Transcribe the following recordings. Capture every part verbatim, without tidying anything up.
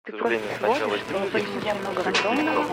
Ты просто смотришь, и почти много рандомного.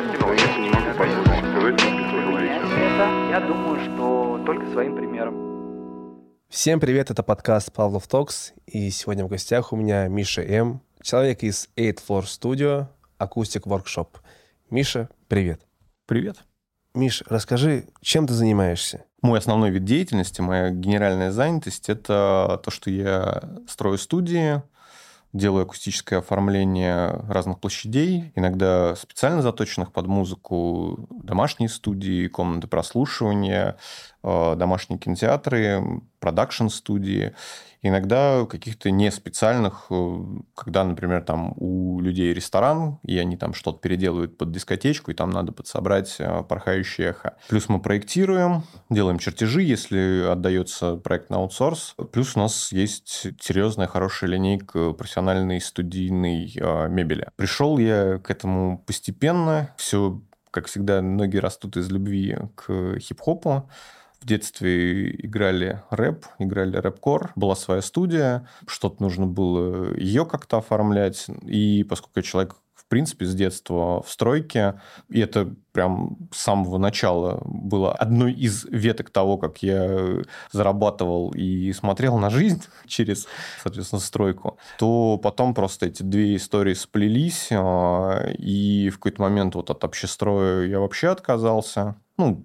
Я не могу понять, что вы говорите. Это, я думаю, что только своим примером. Всем привет, это подкаст Pavlov Talks, и сегодня в гостях у меня Миша М., человек из Eight Floor Studio, Acoustic Workshop. Миша, привет. Привет. Миш, расскажи, чем ты занимаешься? Мой основной вид деятельности, моя генеральная занятость – это то, что я строю студии, делаю акустическое оформление разных площадей, иногда специально заточенных под музыку, домашние студии, комнаты прослушивания, домашние кинотеатры, продакшн-студии. Иногда каких-то не специальных, когда, например, там у людей ресторан, и они там что-то переделывают под дискотечку, и там надо подсобрать порхающее эхо. Плюс мы проектируем, делаем чертежи, если отдается проект на аутсорс. Плюс у нас есть серьезная, хорошая линейка профессиональной студийной мебели. Пришел я к этому постепенно. Все, как всегда, ноги растут из любви к хип-хопу. В детстве играли рэп, играли рэп-кор, была своя студия, что-то нужно было ее как-то оформлять, и поскольку я человек, в принципе, с детства в стройке, и это прям с самого начала было одной из веток того, как я зарабатывал и смотрел на жизнь через, соответственно, стройку, то потом просто эти две истории сплелись, и в какой-то момент вот от общестроя я вообще отказался. Ну,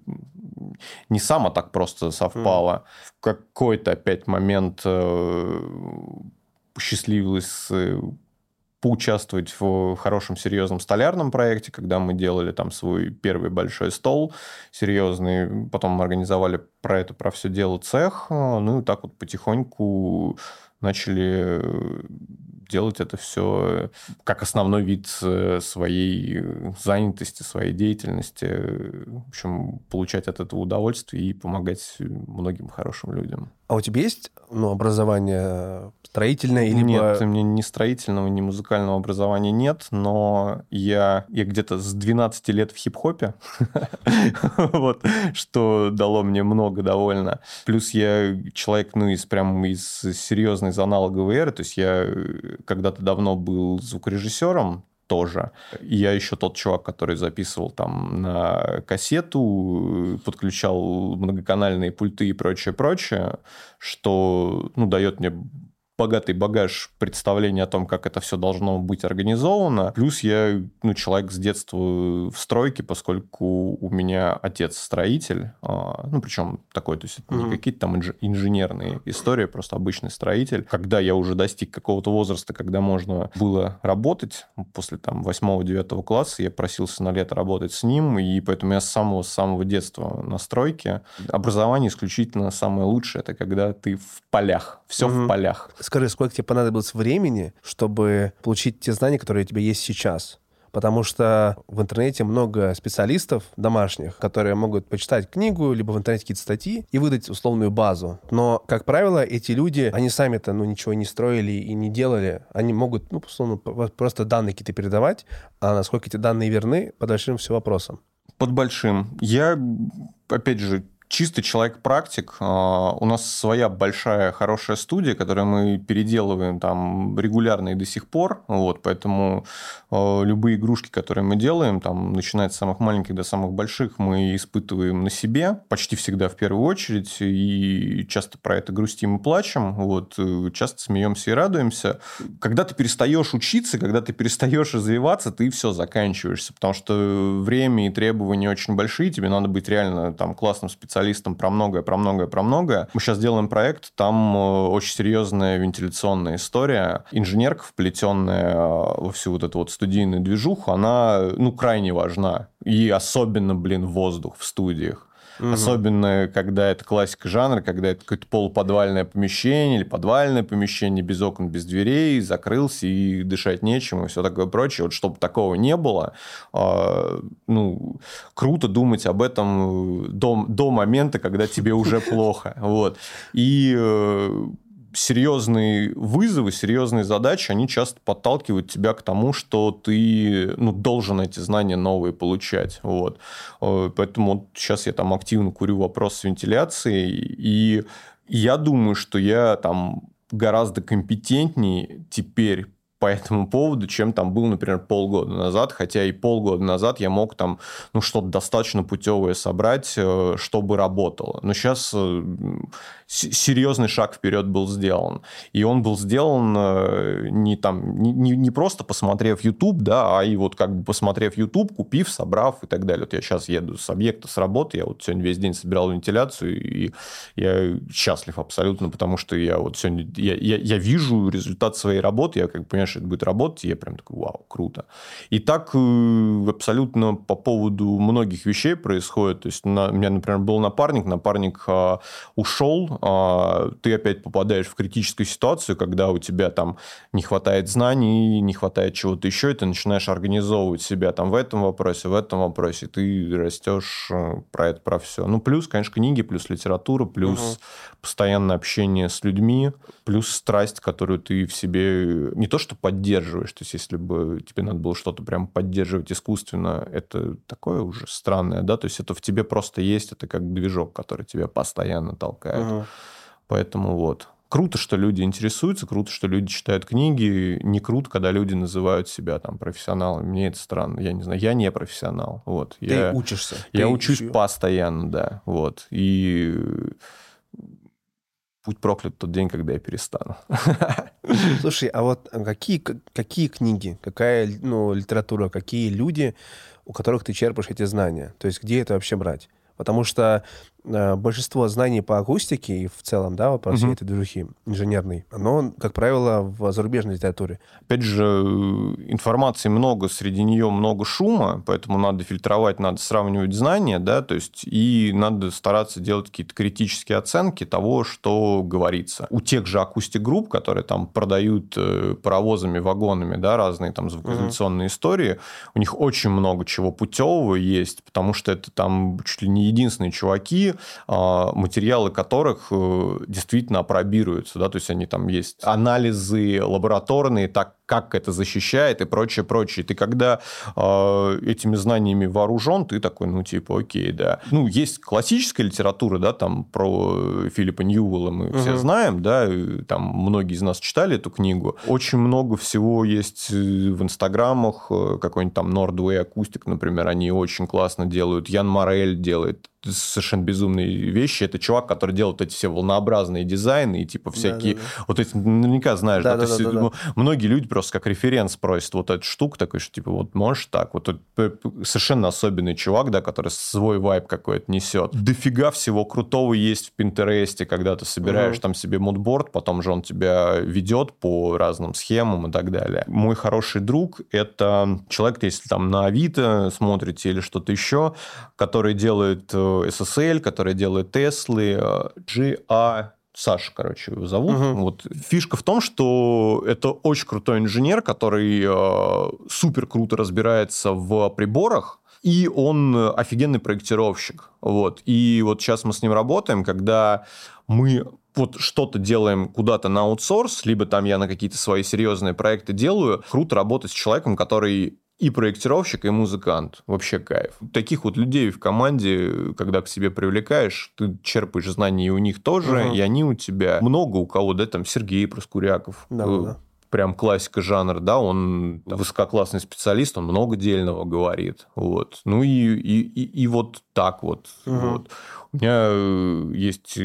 не сам, а так просто совпало. Mm. В какой-то опять момент э, посчастливилось э, поучаствовать в хорошем серьезном столярном проекте, когда мы делали там свой первый большой стол серьезный. Потом мы организовали про это, про все дело цех. Ну, и так вот потихоньку начали делать это все как основной вид своей занятости, своей деятельности. В общем, получать от этого удовольствие и помогать многим хорошим людям. А у тебя есть ну, образование строительное? Либо... Нет, у меня ни строительного, ни музыкального образования нет, но я, я где-то с двенадцати лет в хип-хопе, вот, что дало мне много довольно. Плюс я человек, ну, из прям из серьезной из аналоговой эры, то есть я когда-то давно был звукорежиссером, тоже. И я еще тот чувак, который записывал там на кассету, подключал многоканальные пульты и прочее-прочее, что ну, дает мне богатый багаж представления о том, как это все должно быть организовано. Плюс я ну, человек с детства в стройке, поскольку у меня отец строитель, ну, причем такой, то есть это mm-hmm. не какие-то там инж- инженерные истории, просто обычный строитель. Когда я уже достиг какого-то возраста, когда можно было работать, после там восьмого-девятого класса, я просился на лето работать с ним, и поэтому я с самого-с самого детства на стройке. Образование исключительно самое лучшее, это когда ты в полях, все mm-hmm. в полях. Скажи, сколько тебе понадобилось времени, чтобы получить те знания, которые у тебя есть сейчас? Потому что в интернете много специалистов домашних, которые могут почитать книгу, либо в интернете какие-то статьи и выдать условную базу. Но, как правило, эти люди, они сами-то ну, ничего не строили и не делали. Они могут, ну, условно, просто данные какие-то передавать, а насколько эти данные верны, под большим все вопросом. Под большим. Я, опять же, чисто человек-практик. У нас своя большая, хорошая студия, которую мы переделываем там регулярно и до сих пор. Вот, поэтому любые игрушки, которые мы делаем, там, начиная с самых маленьких до самых больших, мы испытываем на себе. Почти всегда в первую очередь. И часто про это грустим и плачем. Вот, часто смеемся и радуемся. Когда ты перестаешь учиться, когда ты перестаешь развиваться, ты все заканчиваешься. Потому что время и требования очень большие. Тебе надо быть реально там, классным специалистом про многое, про многое, про многое. Мы сейчас делаем проект, там очень серьезная вентиляционная история. Инженерка, вплетенная во всю вот эту вот студийную движуху, она, ну, крайне важна. И особенно, блин, воздух в студиях. Угу. Особенно, когда это классика жанра, когда это какое-то полуподвальное помещение или подвальное помещение без окон, без дверей, закрылся и дышать нечем и все такое прочее. Вот чтобы такого не было, э, ну, круто думать об этом до, до момента, когда тебе уже плохо. Вот. И э, серьезные вызовы, серьезные задачи, они часто подталкивают тебя к тому, что ты ну, должен эти знания новые получать. Вот. Поэтому вот сейчас я там активно курю вопрос с вентиляцией, и я думаю, что я там гораздо компетентнее теперь по этому поводу, чем там был, например, полгода назад, хотя и полгода назад я мог там, ну, что-то достаточно путевое собрать, чтобы работало. Но сейчас серьезный шаг вперед был сделан. И он был сделан не, там, не, не просто посмотрев YouTube, да, а и вот как бы посмотрев YouTube, купив, собрав и так далее. Вот я сейчас еду с объекта, с работы, я вот сегодня весь день собирал вентиляцию, и я счастлив абсолютно, потому что я вот сегодня, я, я, я вижу результат своей работы, я как бы понимаю, что это будет работать, и я прям такой, вау, круто. И так абсолютно по поводу многих вещей происходит. То есть на, у меня, например, был напарник, напарник а, ушел, а, ты опять попадаешь в критическую ситуацию, когда у тебя там не хватает знаний, не хватает чего-то еще, и ты начинаешь организовывать себя там в этом вопросе, в этом вопросе, ты растешь про это, про все. Ну, плюс, конечно, книги, плюс литература, плюс угу. постоянное общение с людьми, плюс страсть, которую ты в себе не то что поддерживаешь, то есть если бы тебе надо было что-то прям поддерживать искусственно, это такое уже странное, да, то есть это в тебе просто есть, это как движок, который тебя постоянно толкает. Угу. Поэтому вот. Круто, что люди интересуются, круто, что люди читают книги. Не круто, когда люди называют себя там профессионалами. Мне это странно. Я не знаю, я не профессионал. Вот. Ты я, учишься. Я Ты учусь еще... постоянно, да. Вот. И будь проклят тот день, когда я перестану. Слушай, а вот какие, какие книги, какая ну, литература, какие люди, у которых ты черпаешь эти знания? То есть где это вообще брать? Потому что э, большинство знаний по акустике и в целом, да, вот по всей uh-huh. этой движухи инженерной, оно, как правило, в зарубежной литературе. Опять же, информации много, среди нее много шума, поэтому надо фильтровать, надо сравнивать знания, да, то есть и надо стараться делать какие-то критические оценки того, что говорится. У тех же акустик-групп, которые там продают паровозами, вагонами, да, разные там звукоизоляционные uh-huh. истории, у них очень много чего путевого есть, потому что это там чуть ли не единственные чуваки, материалы которых действительно апробируются, да, то есть они там есть анализы лабораторные, так как это защищает и прочее, прочее. Ты когда э, этими знаниями вооружен, ты такой, ну, типа, окей, да. Ну, есть классическая литература, да, там про Филиппа Ньюэлла мы uh-huh. все знаем, да, там многие из нас читали эту книгу. Очень много всего есть в инстаграмах, какой-нибудь там Nordway Acoustic, например, они очень классно делают, Ян Морель делает совершенно безумные вещи. Это чувак, который делает эти все волнообразные дизайны и типа всякие... Да, да, да. Вот эти наверняка знаешь, да, да, да, да, да, да. Многие люди просто как референс просят вот эту штуку, такой, что типа вот можешь так. Вот совершенно особенный чувак, да, который свой вайб какой-то несет. Дофига всего крутого есть в Пинтересте, когда ты собираешь угу. там себе мудборд, потом же он тебя ведет по разным схемам и так далее. Мой хороший друг – это человек, если там на Авито смотрите или что-то еще, который делает эс эс эль, который делает Теслы, джи эй, Саша, короче, его зовут. Угу. Вот. Фишка в том, что это очень крутой инженер, который э, супер круто разбирается в приборах, и он офигенный проектировщик. Вот. И вот сейчас мы с ним работаем, когда мы вот что-то делаем куда-то на аутсорс, либо там я на какие-то свои серьезные проекты делаю, круто работать с человеком, который и проектировщик, и музыкант. Вообще кайф. Таких вот людей в команде, когда к себе привлекаешь, ты черпаешь знания и у них тоже, угу. и они у тебя. Много у кого, да, там Сергей Проскуряков. Да, да. Прям классика жанра, да, он высококлассный специалист, он много дельного говорит. Вот. Ну и, и, и, и вот так вот. Угу. вот. У меня есть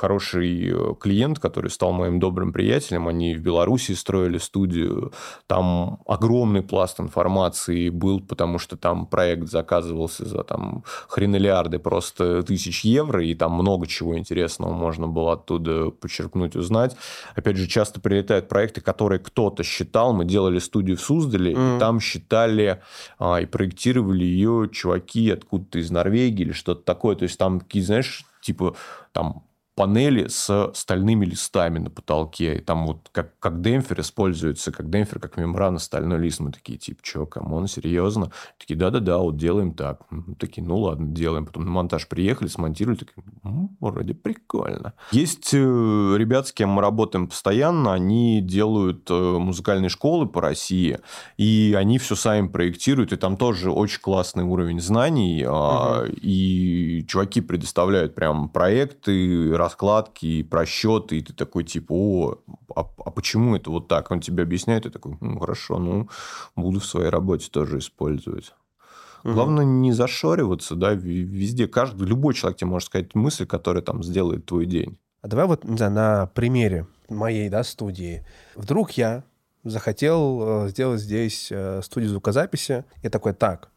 хороший клиент, который стал моим добрым приятелем. Они в Беларуси строили студию. Там огромный пласт информации был, потому что там проект заказывался за там хренелиарды просто тысяч евро, и там много чего интересного можно было оттуда почерпнуть, узнать. Опять же, часто прилетают проекты, которые кто-то считал. Мы делали студию в Суздале, mm. и там считали а, и проектировали ее чуваки откуда-то из Норвегии или что-то такое. То есть там такие, знаешь, типа там панели с стальными листами на потолке. И там вот как, как демпфер используется, как демпфер, как мембрана, стальной лист. Мы такие, типа, что, камон, серьезно? Такие, да-да-да, вот делаем так. Мы такие, ну ладно, делаем. Потом на монтаж приехали, смонтировали. Такие, ну, вроде прикольно. Есть ребят, с кем мы работаем постоянно. Они делают музыкальные школы по России. И они все сами проектируют. И там тоже очень классный уровень знаний. Угу. И чуваки предоставляют прям проекты, раскладки и просчеты, и ты такой, типа, о, а, а почему это вот так? Он тебе объясняет, и такой, ну, хорошо, ну, буду в своей работе тоже использовать. Угу. Главное не зашориваться, да, везде. Каждый, любой человек тебе может сказать мысль, которая там сделает твой день. А давай вот, не знаю, на примере моей, да, студии. Вдруг я захотел э, сделать здесь э, студию звукозаписи. Я такой, так,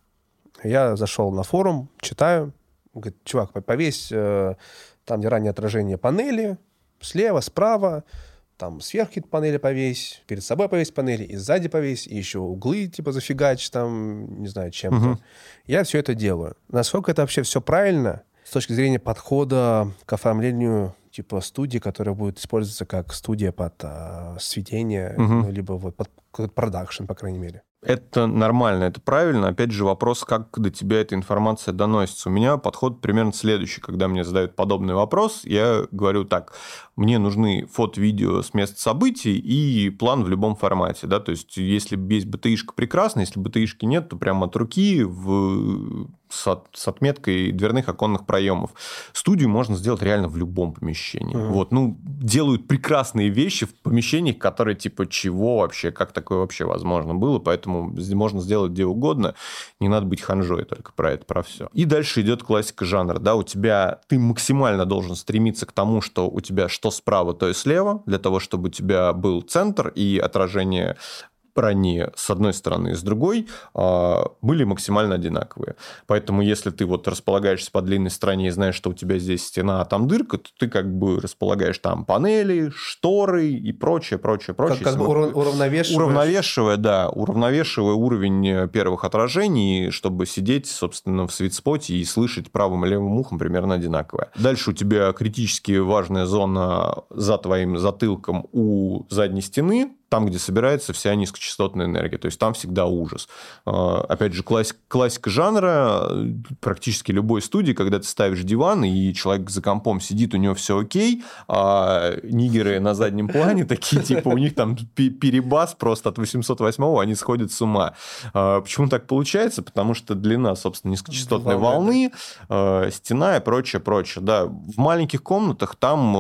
я зашел на форум, читаю. Говорит, чувак, повесь э, там, где раннее отражение панели, слева, справа, там сверху какие-то панели повесь, перед собой повесь панели, и сзади повесь, и еще углы типа зафигач там, не знаю, чем-то. Угу. Я все это делаю. Насколько это вообще все правильно с точки зрения подхода к оформлению типа студии, которая будет использоваться как студия под а, сведение, угу. ну, либо вот под продакшн, по крайней мере? Это нормально, это правильно. Опять же, вопрос, как до тебя эта информация доносится. У меня подход примерно следующий. Когда мне задают подобный вопрос, я говорю так, мне нужны фото-видео с места событий и план в любом формате. Да? То есть, если есть би ти ай-шка, прекрасно, если би ти ай-шки нет, то прямо от руки в... с, от... с отметкой дверных оконных проемов. Студию можно сделать реально в любом помещении. Mm-hmm. Вот. Ну, делают прекрасные вещи в помещениях, которые типа чего вообще, как такое вообще возможно было, поэтому можно сделать где угодно, не надо быть ханжой только про это, про все. И дальше идет классика жанра, да, у тебя, ты максимально должен стремиться к тому, что у тебя что справа, то и слева, для того, чтобы у тебя был центр и отражение ранее с одной стороны и с другой были максимально одинаковые. Поэтому, если ты вот располагаешься по длинной стороне и знаешь, что у тебя здесь стена, а там дырка, то ты как бы располагаешь там панели, шторы и прочее, прочее, прочее. Как, как бы урав... уравновешиваешь. Уравновешивая, да, уравновешивая уровень первых отражений, чтобы сидеть, собственно, в свитспоте и слышать правым и левым ухом примерно одинаковое. Дальше у тебя критически важная зона за твоим затылком у задней стены, там, где собирается вся низкочастотная энергия. То есть, там всегда ужас. Опять же, классика, классика жанра практически любой студии, когда ты ставишь диван, и человек за компом сидит, у него все окей, а нигеры на заднем плане такие, типа, у них там перебас просто от восемьсот восьмого, они сходят с ума. Почему так получается? Потому что длина, собственно, низкочастотной волны, стена и прочее, прочее. Да, в маленьких комнатах там,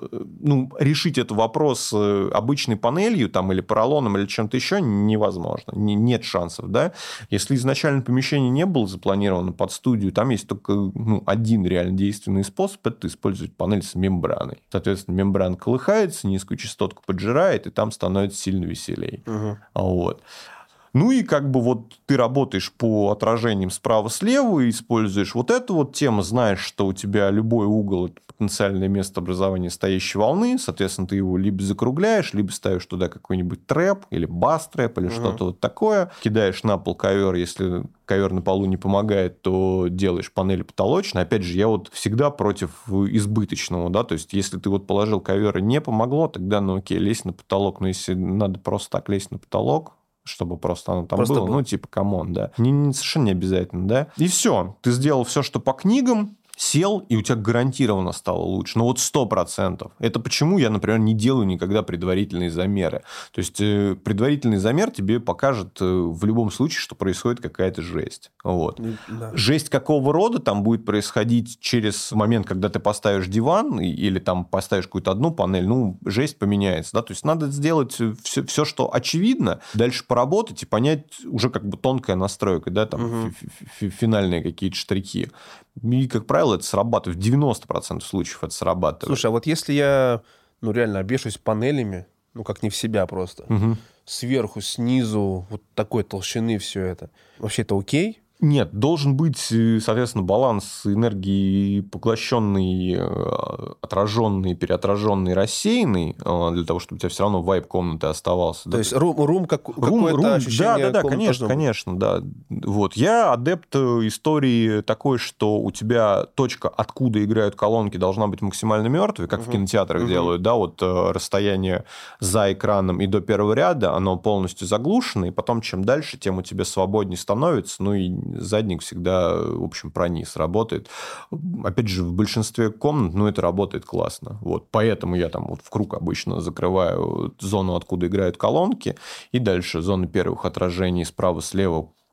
ну, решить этот вопрос обычной панелью, там, или поролоном, или чем-то еще невозможно. Нет шансов, да. Если изначально помещение не было запланировано под студию, там есть только ну, один реально действенный способ – это использовать панель с мембраной. Соответственно, мембрана колыхается, низкую частотку поджирает, и там становится сильно веселее. Угу. Вот. Ну и как бы вот ты работаешь по отражениям справа-слева, используешь вот эту вот тему, знаешь, что у тебя любой угол – это потенциальное место образования стоящей волны, соответственно, ты его либо закругляешь, либо ставишь туда какой-нибудь трэп или бас-трэп или uh-huh. что-то вот такое, кидаешь на пол ковер, если ковер на полу не помогает, то делаешь панель потолочной. Опять же, я вот всегда против избыточного, да, то есть, если ты вот положил ковер и не помогло, тогда, ну окей, лезь на потолок, но если надо просто так лезть на потолок, чтобы просто оно там просто было, было, ну, типа, камон, да. Не, не, совершенно не обязательно, да. И все. Ты сделал все, что по книгам, сел, и у тебя гарантированно стало лучше. Ну, вот сто процентов. Это почему я, например, не делаю никогда предварительные замеры. То есть, предварительный замер тебе покажет в любом случае, что происходит какая-то жесть. Вот. Да. Жесть какого рода там будет происходить через момент, когда ты поставишь диван или там поставишь какую-то одну панель, ну, жесть поменяется. Да? То есть, надо сделать все, все, что очевидно, дальше поработать и понять уже как бы тонкая настройка, да, там угу. финальные какие-то штрихи. И, как правило, это срабатывает. В девяносто процентов случаев это срабатывает. Слушай, а вот если я, ну, реально обвешусь панелями, ну, как не в себя просто, угу. сверху, снизу, вот такой толщины все это, вообще это окей? Нет, должен быть, соответственно, баланс энергии поглощенный, отраженный, переотраженный, рассеянный, для того, чтобы у тебя все равно вайб комнаты оставался. То да? есть рум, рум как, рум, какое-то рум, ощущение. Да, да, да, конечно, конечно, да. Вот. Я адепт истории такой, что у тебя точка, откуда играют колонки, должна быть максимально мертвой, как uh-huh. в кинотеатрах uh-huh. делают, да, вот расстояние за экраном и до первого ряда, оно полностью заглушено, и потом, чем дальше, тем у тебя свободнее становится, ну и задник всегда, в общем, про низ работает. Опять же, в большинстве комнат, ну, это работает классно. Вот. Поэтому я там вот в круг обычно закрываю зону, откуда играют колонки, и дальше зоны первых отражений справа-слева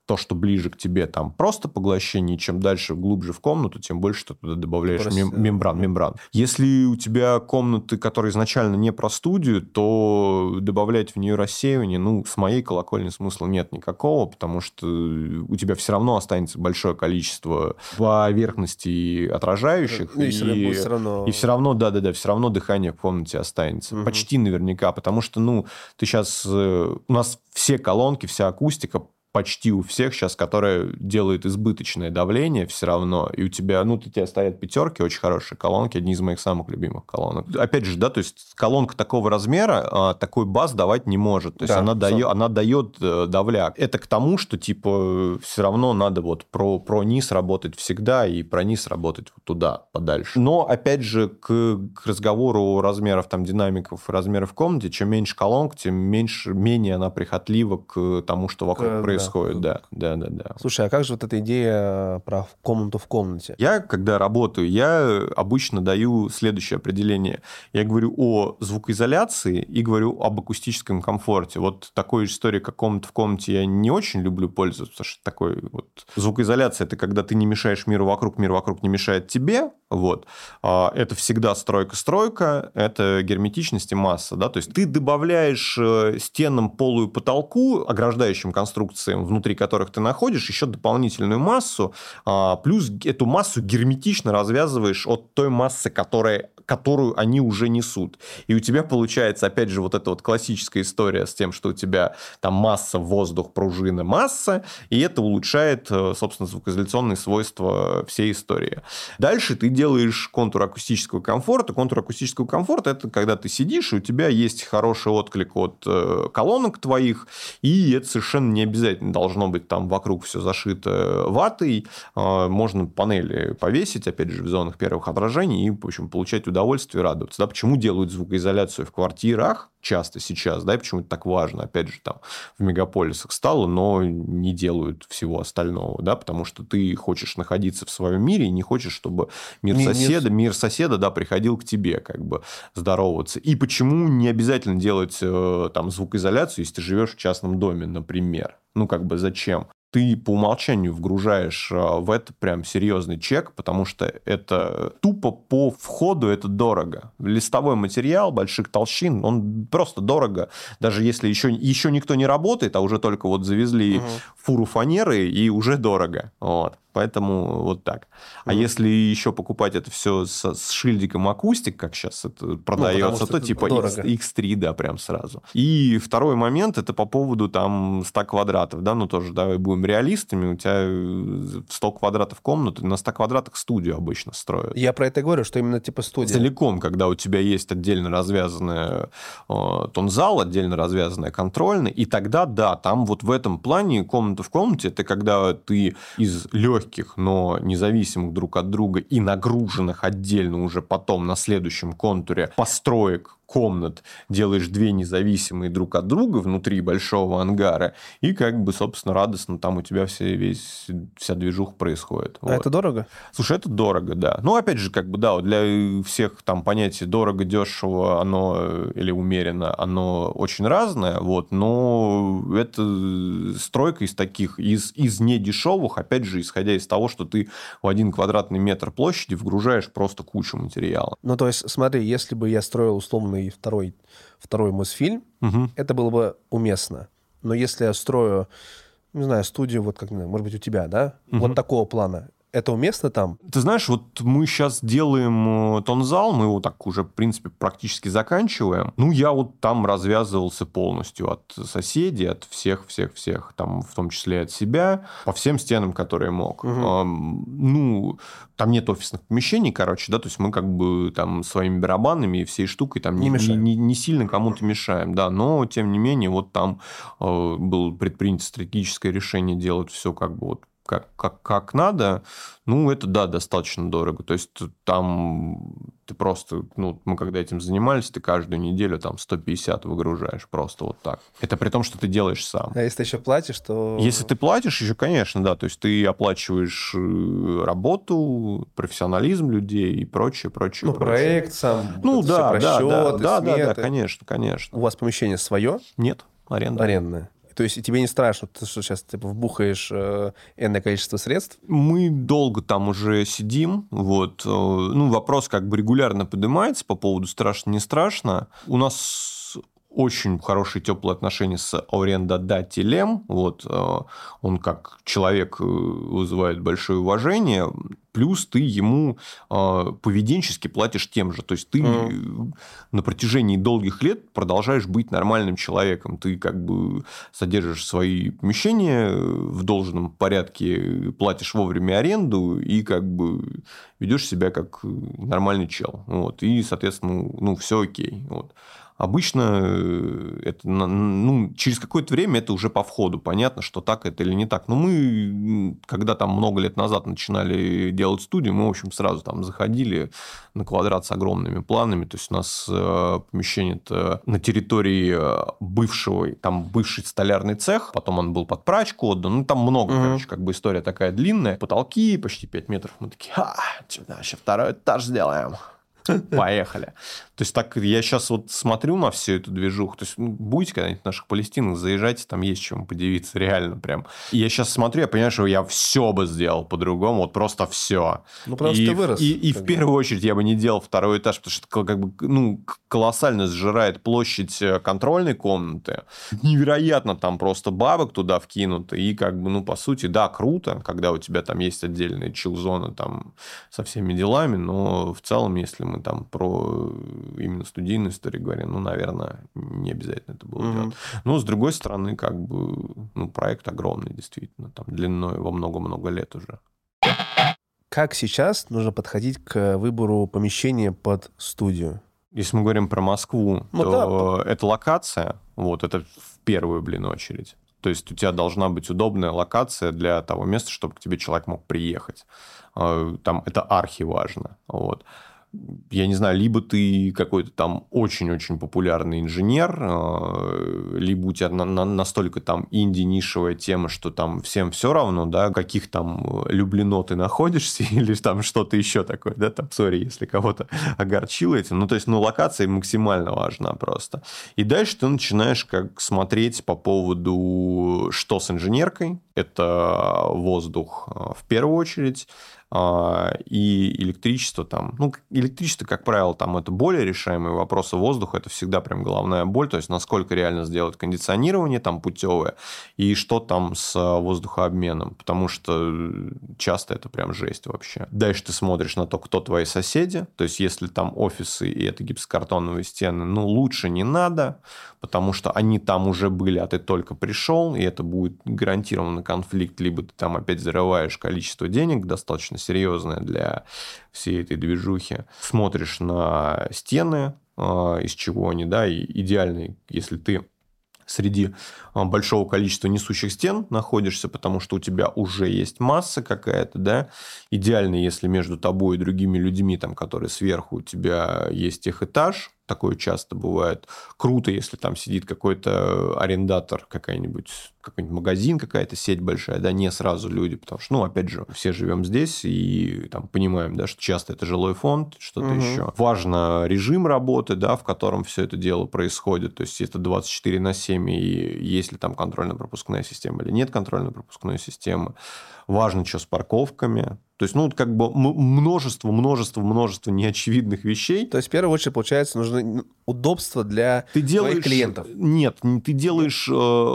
то, что ближе к тебе, там просто поглощение, чем дальше глубже в комнату, тем больше ты туда добавляешь Просто... мем- мембран, мембран. Если у тебя комнаты, которые изначально не про студию, то добавлять в нее рассеивание, ну, с моей колокольни смысла нет никакого, потому что у тебя все равно останется большое количество поверхностей отражающих, ну, и, и, все равно... и все равно, да-да-да, все равно дыхание в комнате останется. Угу. Почти наверняка, потому что, ну, ты сейчас... У нас все колонки, вся акустика почти у всех сейчас, которая делает избыточное давление все равно, и у тебя, ну, у тебя стоят пятерки, очень хорошие колонки, одни из моих самых любимых колонок. Опять же, да, то есть колонка такого размера а, такой бас давать не может, то есть да, она, дает, она дает давляк. Это к тому, что, типа, все равно надо вот про, про низ работать всегда и про низ работать вот туда, подальше. Но, опять же, к, к разговору о размерах там динамиков, размеров в комнате, чем меньше колонок, тем меньше, менее она прихотлива к тому, что вокруг к, происходит. Происходит, да, да, да, да. Слушай, а как же вот эта идея про комнату в комнате? Я, когда работаю, я обычно даю следующее определение. Я говорю о звукоизоляции и говорю об акустическом комфорте. Вот такой истории, как комната в комнате, я не очень люблю пользоваться, потому что такой вот... Звукоизоляция – это когда ты не мешаешь миру вокруг, мир вокруг не мешает тебе. Вот. Это всегда стройка-стройка, это герметичность и масса. Да? То есть ты добавляешь стенам, полу и потолку, ограждающим конструкциям, внутри которых ты находишь, еще дополнительную массу, плюс эту массу герметично развязываешь от той массы, которая, которую они уже несут. И у тебя получается, опять же, вот эта вот классическая история с тем, что у тебя там масса, воздух, пружина, масса, и это улучшает, собственно, звукоизоляционные свойства всей истории. Дальше ты делаешь контур акустического комфорта. Контур акустического комфорта – это когда ты сидишь, и у тебя есть хороший отклик от колонок твоих, и это совершенно не обязательно должно быть там вокруг все зашито ватой. Можно панели повесить, опять же, в зонах первых отражений и, в общем, получать удовольствие и радоваться. Да, почему делают звукоизоляцию в квартирах часто сейчас, да, и почему это так важно, опять же, там в мегаполисах стало, но не делают всего остального, да, потому что ты хочешь находиться в своем мире и не хочешь, чтобы мир не, соседа, не... мир соседа, да, приходил к тебе, как бы здороваться. И почему не обязательно делать там звукоизоляцию, если ты живешь в частном доме, например? Ну, как бы зачем? Ты по умолчанию вгружаешь в это прям серьезный чек, потому что это тупо по входу это дорого. Листовой материал больших толщин, он просто дорого. Даже если еще, еще никто не работает, а уже только вот завезли угу. фуру фанеры, и уже дорого. Вот. Поэтому вот так. А mm. если еще покупать это все с, с шильдиком акустик, как сейчас это продается, ну, то типа икс три, да, прям сразу. И второй момент, это по поводу там ста квадратов, да, ну тоже давай будем реалистами, у тебя сто квадратов комнаты, на ста квадратах студию обычно строят. Я про это говорю, что именно типа студия. Целиком, когда у тебя есть отдельно развязанная э, тонзал, отдельно развязанная контрольная, и тогда, да, там вот в этом плане комната в комнате, это когда ты из легких но независимых друг от друга и нагруженных отдельно уже потом на следующем контуре построек комнат делаешь две независимые друг от друга внутри большого ангара, и как бы, собственно, радостно там у тебя все, весь, вся движуха происходит. А вот. Это дорого? Слушай, это дорого, да. Ну, опять же, как бы, да, для всех там понятий дорого, дешево, оно или умеренно, оно очень разное, вот, но это стройка из таких, из, из недешевых, опять же, исходя из того, что ты в один квадратный метр площади вгружаешь просто кучу материала. Ну, то есть, смотри, если бы я строил условно и второй, второй Мосфильм, угу. это было бы уместно. Но если я строю, не знаю, студию, вот как, может быть, у тебя, да, угу. вот такого плана, это уместно там? Ты знаешь, вот мы сейчас делаем тонзал, мы его так уже, в принципе, практически заканчиваем. Ну, я вот там развязывался полностью от соседей, от всех-всех-всех, там, в том числе от себя, по всем стенам, которые мог. Угу. Эм, ну, там нет офисных помещений, короче, да, то есть мы как бы там своими барабанами и всей штукой там не, не, не, не сильно кому-то мешаем, да, но, тем не менее, вот там э, было предпринято стратегическое решение делать все как бы вот Как, как, как надо, ну, это, да, достаточно дорого. То есть, там ты просто, ну, мы когда этим занимались, ты каждую неделю там сто пятьдесят выгружаешь просто вот так. Это при том, что ты делаешь сам. А если ты еще платишь, то... Если ты платишь, еще, конечно, да. То есть, ты оплачиваешь работу, профессионализм людей и прочее, прочее, ну, прочее. проект сам, ну, да, да, расчеты, да, да, сметы. да, да, конечно, конечно. У вас помещение свое? Нет, арендное. Арендное. То есть тебе не страшно, ты что сейчас типа вбухаешь э, энное количество средств? Мы долго там уже сидим. Вот. Ну, вопрос как бы регулярно поднимается по поводу страшно, не страшно. У нас очень хорошие теплые отношения с арендодателем. Вот. Он как человек вызывает большое уважение. Плюс ты ему поведенчески платишь тем же. То есть ты mm. на протяжении долгих лет продолжаешь быть нормальным человеком. Ты как бы содержишь свои помещения в должном порядке, платишь вовремя аренду и как бы ведешь себя как нормальный чел. Вот. И, соответственно, ну, все окей. Вот. Обычно это, ну, через какое-то время это уже по входу понятно, что так это или не так. Но мы, когда там много лет назад начинали делать студию, мы, в общем, сразу там заходили на квадрат с огромными планами. То есть у нас помещение-то на территории бывшего, там бывший столярный цех, потом он был под прачку отдан. Ну, там много, mm-hmm. короче, как бы история такая длинная. Потолки почти пять метров. Мы такие, ха, сюда еще второй этаж сделаем. Поехали. То есть, так я сейчас вот смотрю на всю эту движуху. То есть, ну, будете когда-нибудь в наших Палестинах, заезжайте, там есть чем подивиться, реально прям. И я сейчас смотрю, я понимаю, что я все бы сделал по-другому, вот просто все. Ну, потому и, что ты вырос. И, и в первую очередь я бы не делал второй этаж, потому что это как бы, ну, колоссально сжирает площадь контрольной комнаты. Невероятно там просто бабок туда вкинуто. И как бы, ну, по сути, да, круто, когда у тебя там есть отдельная чил-зона там со всеми делами, но в целом, если мы там про именно студийную историю говорим, ну, наверное, не обязательно это было mm-hmm. делать. Но, с другой стороны, как бы, ну, проект огромный, действительно, там, длиной во много-много лет уже. Как сейчас нужно подходить к выбору помещения под студию? Если мы говорим про Москву, ну, то да. это локация, вот, это в первую, блин, очередь. То есть, у тебя должна быть удобная локация для того места, чтобы к тебе человек мог приехать. Там это архиважно, вот. Я не знаю, либо ты какой-то там очень-очень популярный инженер, либо у тебя на- на- настолько там инди-нишевая тема, что там всем все равно, да, каких там люблено ты находишься, или там что-то еще такое, да, там, сори, если кого-то огорчило этим. Ну, то есть, ну, локация максимально важна просто. И дальше ты начинаешь как смотреть по поводу, что с инженеркой. Это воздух в первую очередь, и электричество там, ну, электричество, как правило, там это более решаемые вопросы. Воздуха это всегда прям головная боль, то есть насколько реально сделать кондиционирование там путевое и что там с воздухообменом, потому что часто это прям жесть вообще. Дальше ты смотришь на то, кто твои соседи, то есть если там офисы и это гипсокартоновые стены, ну, лучше не надо, потому что они там уже были, а ты только пришел, и это будет гарантированно конфликт, либо ты там опять зарываешь количество денег достаточно серьезное для всей этой движухи. Смотришь на стены, из чего они, да, и идеальные, если ты среди большого количества несущих стен находишься, потому что у тебя уже есть масса какая-то, да, идеально, если между тобой и другими людьми, там, которые сверху, у тебя есть их этаж, такое часто бывает. Круто, если там сидит какой-то арендатор, какой-нибудь, какой-нибудь магазин, какая-то сеть большая, да, не сразу люди, потому что, ну, опять же, все живем здесь и там понимаем, да, что часто это жилой фонд, что-то угу. еще. Важно режим работы, да, в котором все это дело происходит, то есть это двадцать четыре на семь, и есть ли там контрольно-пропускная система или нет контрольно-пропускной системы. Важно, что с парковками. То есть, ну, как бы множество, множество, множество неочевидных вещей. То есть, в первую очередь, получается, нужно удобство для ты делаешь... твоих клиентов. Нет, ты делаешь...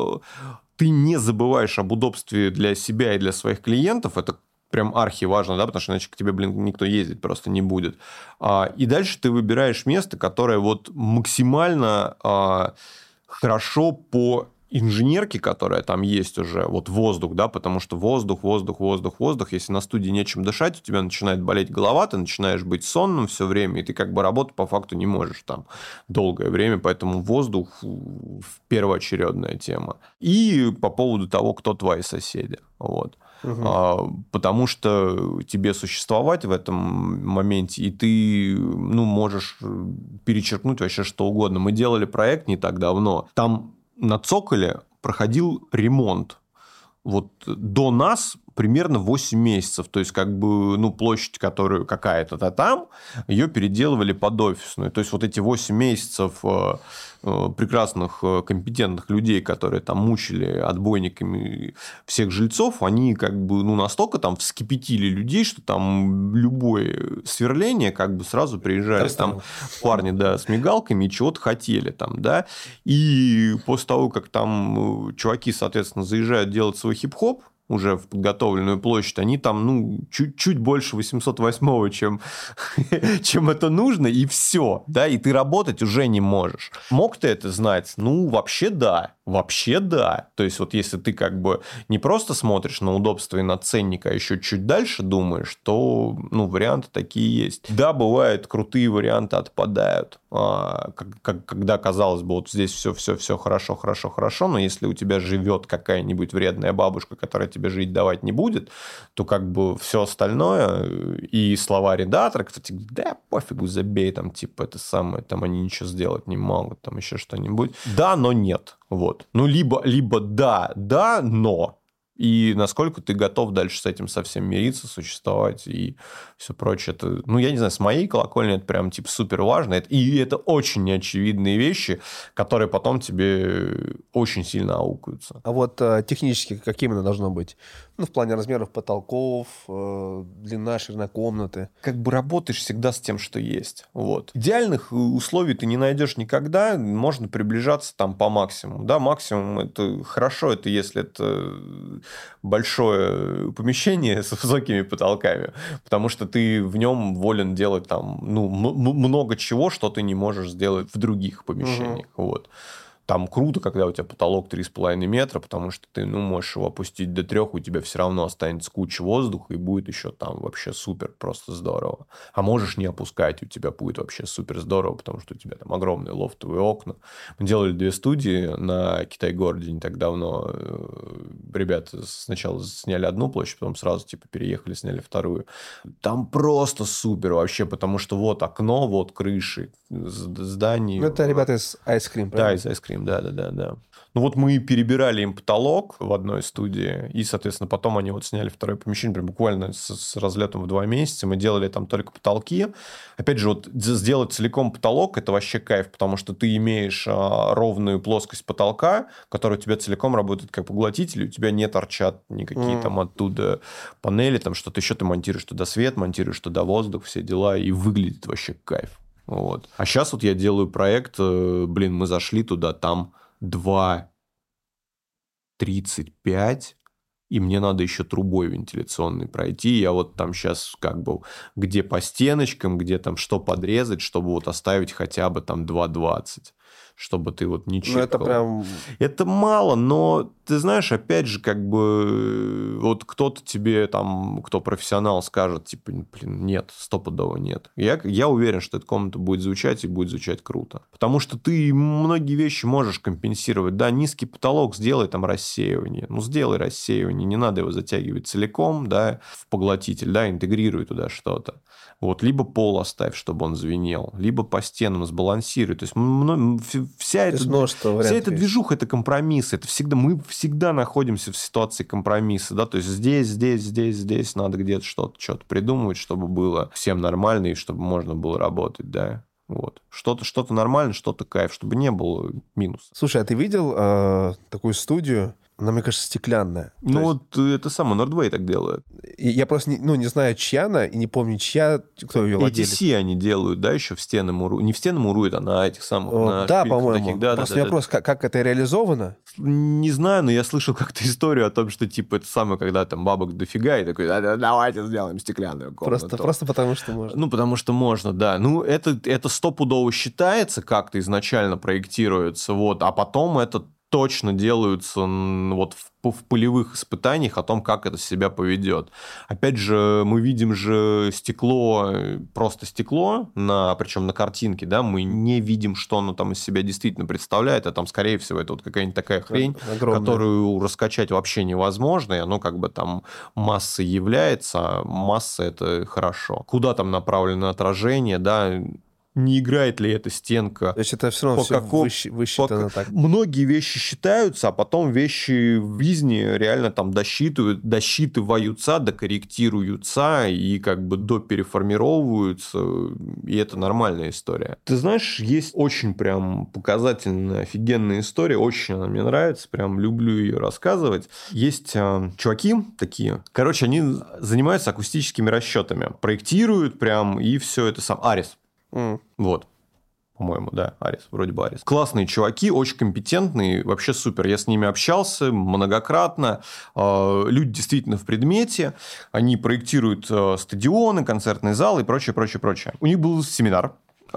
Ты не забываешь об удобстве для себя и для своих клиентов. Это прям архиважно, да, потому что иначе к тебе, блин, никто ездить просто не будет. И дальше ты выбираешь место, которое вот максимально хорошо по... инженерки, которая там есть уже, вот воздух, да, потому что воздух, воздух, воздух, воздух, если на студии нечем дышать, у тебя начинает болеть голова, ты начинаешь быть сонным все время, и ты как бы работать по факту не можешь там долгое время, поэтому воздух первоочередная тема. И по поводу того, кто твои соседи, вот. Угу. А, потому что тебе существовать в этом моменте, и ты, ну, можешь перечеркнуть вообще что угодно. Мы делали проект не так давно, там на цоколе проходил ремонт. Вот до нас примерно восемь месяцев. То есть, как бы, ну, площадь, которую какая-то там, ее переделывали под офисную. То есть, вот эти восемь месяцев прекрасных, компетентных людей, которые там мучили отбойниками всех жильцов, они как бы, ну, настолько там вскипятили людей, что там любое сверление как бы сразу приезжали там парни, да, с мигалками и чего-то хотели там, да. И после того, как там чуваки, соответственно, заезжают делать свой хип-хоп, уже в подготовленную площадь, они там, ну, чуть-чуть больше восемьсот восьмого, чем, чем это нужно, и все, да, и ты работать уже не можешь. Мог ты это знать? Ну, вообще да, вообще да. То есть, вот если ты как бы не просто смотришь на удобство и на ценник, а еще чуть дальше думаешь, то, ну, варианты такие есть. Да, бывают крутые варианты отпадают, а, как, как, когда, казалось бы, вот здесь все-все-все хорошо, хорошо, хорошо, но если у тебя живет какая-нибудь вредная бабушка, которая тебе тебе жить давать не будет, то как бы все остальное и слова редактора, кстати, да, пофигу, забей, там, типа, это самое, там, они ничего сделать не могут, там, еще что-нибудь. Да, но нет. Вот. Ну, либо, либо да, да, но. И насколько ты готов дальше с этим совсем мириться, существовать и все прочее. Это, ну, я не знаю, с моей колокольни это прям типа супер важно. Это, и это очень неочевидные вещи, которые потом тебе очень сильно аукаются. А вот э, технически каким оно должно быть? Ну, в плане размеров потолков, э, длина, ширина комнаты. Как бы работаешь всегда с тем, что есть. Вот. Идеальных условий ты не найдешь никогда. Можно приближаться там по максимуму. Да, максимум это хорошо, это если это большое помещение с высокими потолками, потому что ты в нем волен делать там, ну, м- много чего, что ты не можешь сделать в других помещениях. Угу. Вот. Там круто, когда у тебя потолок три с половиной метра, потому что ты, ну, можешь его опустить до трех, у тебя все равно останется куча воздуха, и будет еще там вообще супер, просто здорово. А можешь не опускать, у тебя будет вообще супер здорово, потому что у тебя там огромные лофтовые окна. Мы делали две студии на Китай-городе не так давно. Ребята сначала сняли одну площадь, потом сразу типа переехали, сняли вторую. Там просто супер вообще, потому что вот окно, вот крыши, здание. Ну, это ребята из Ice Cream, правильно? Да, из Ice Cream, да, да, да, да. Ну вот мы перебирали им потолок в одной студии, и, соответственно, потом они вот сняли второе помещение, прям буквально с, с разлетом в два месяца. Мы делали там только потолки. Опять же, вот сделать целиком потолок – это вообще кайф, потому что ты имеешь а, ровную плоскость потолка, которая у тебя целиком работает как поглотитель, и у тебя не торчат никакие mm. там оттуда панели, там что-то еще, ты монтируешь туда свет, монтируешь туда воздух, все дела, и выглядит вообще кайф. Вот. А сейчас вот я делаю проект, блин, мы зашли туда, там два тридцать пять, и мне надо еще трубой вентиляционной пройти. Я вот там сейчас как бы где по стеночкам, где там что подрезать, чтобы вот оставить хотя бы там два двадцать. Чтобы ты вот не чекал. Ну, это прям... Это мало, но ты знаешь, опять же, как бы вот кто-то тебе там, кто профессионал, скажет, типа, блин, нет, стопудово нет. Я, я уверен, что эта комната будет звучать и будет звучать круто. Потому что ты многие вещи можешь компенсировать. Да, низкий потолок, сделай там рассеивание. Ну, сделай рассеивание, не надо его затягивать целиком, да, в поглотитель, да, интегрируй туда что-то. Вот, либо пол оставь, чтобы он звенел, либо по стенам сбалансируй. То есть, вся эта, вся эта движуха – это компромисс. Это всегда, мы всегда находимся в ситуации компромисса. Да? То есть, здесь, здесь, здесь, здесь надо где-то что-то, что-то придумывать, чтобы было всем нормально и чтобы можно было работать. Да? Вот. Что-то, что-то нормально, что-то кайф, чтобы не было минуса. Слушай, а ты видел э, такую студию? Она, мне кажется, стеклянная. Ну, вот есть... это самое, Nordway так делает. Я просто не, ну, не знаю, чья она, и не помню, чья, кто ее владелец. эй ти си они делают, да, еще в стены муруют. Не в стены муруют, а на этих самых... О, на да, по-моему. Таких. Да, просто да, у меня да, вопрос, да. Как, как это реализовано? Не знаю, но я слышал как-то историю о том, что, типа, это самое, когда там бабок дофига, и такой, да, давайте сделаем стеклянную комнату. Просто, просто потому, что можно. Ну, потому что можно, да. Ну, это, это стопудово считается, как-то изначально проектируется, вот, а потом это точно делаются вот в, в полевых испытаниях о том, как это себя поведет. Опять же, мы видим же стекло, просто стекло, на, причем на картинке, да, мы не видим, что оно там из себя действительно представляет, а там, скорее всего, это вот какая-нибудь такая хрень, огромная, которую раскачать вообще невозможно, и оно как бы там массой является, а масса – это хорошо. Куда там направлено отражение, да, не играет ли эта стенка. То есть это все равно По все какому- выщ- высчитано по- так. Многие вещи считаются, а потом вещи в жизни реально там досчитывают, досчитываются, докорректируются и как бы допереформировываются, и это нормальная история. Ты знаешь, есть очень прям показательная, офигенная история, очень она мне нравится, прям люблю ее рассказывать. Есть э, чуваки такие, короче, они занимаются акустическими расчетами, проектируют прям и все это сам. Арис. М. Вот. По-моему, да, Арис, вроде бы Арис. Классные чуваки, очень компетентные, вообще супер. Я с ними общался многократно. Э, Люди действительно в предмете. Они проектируют э, стадионы, концертные залы и прочее, прочее, прочее. У них был семинар э,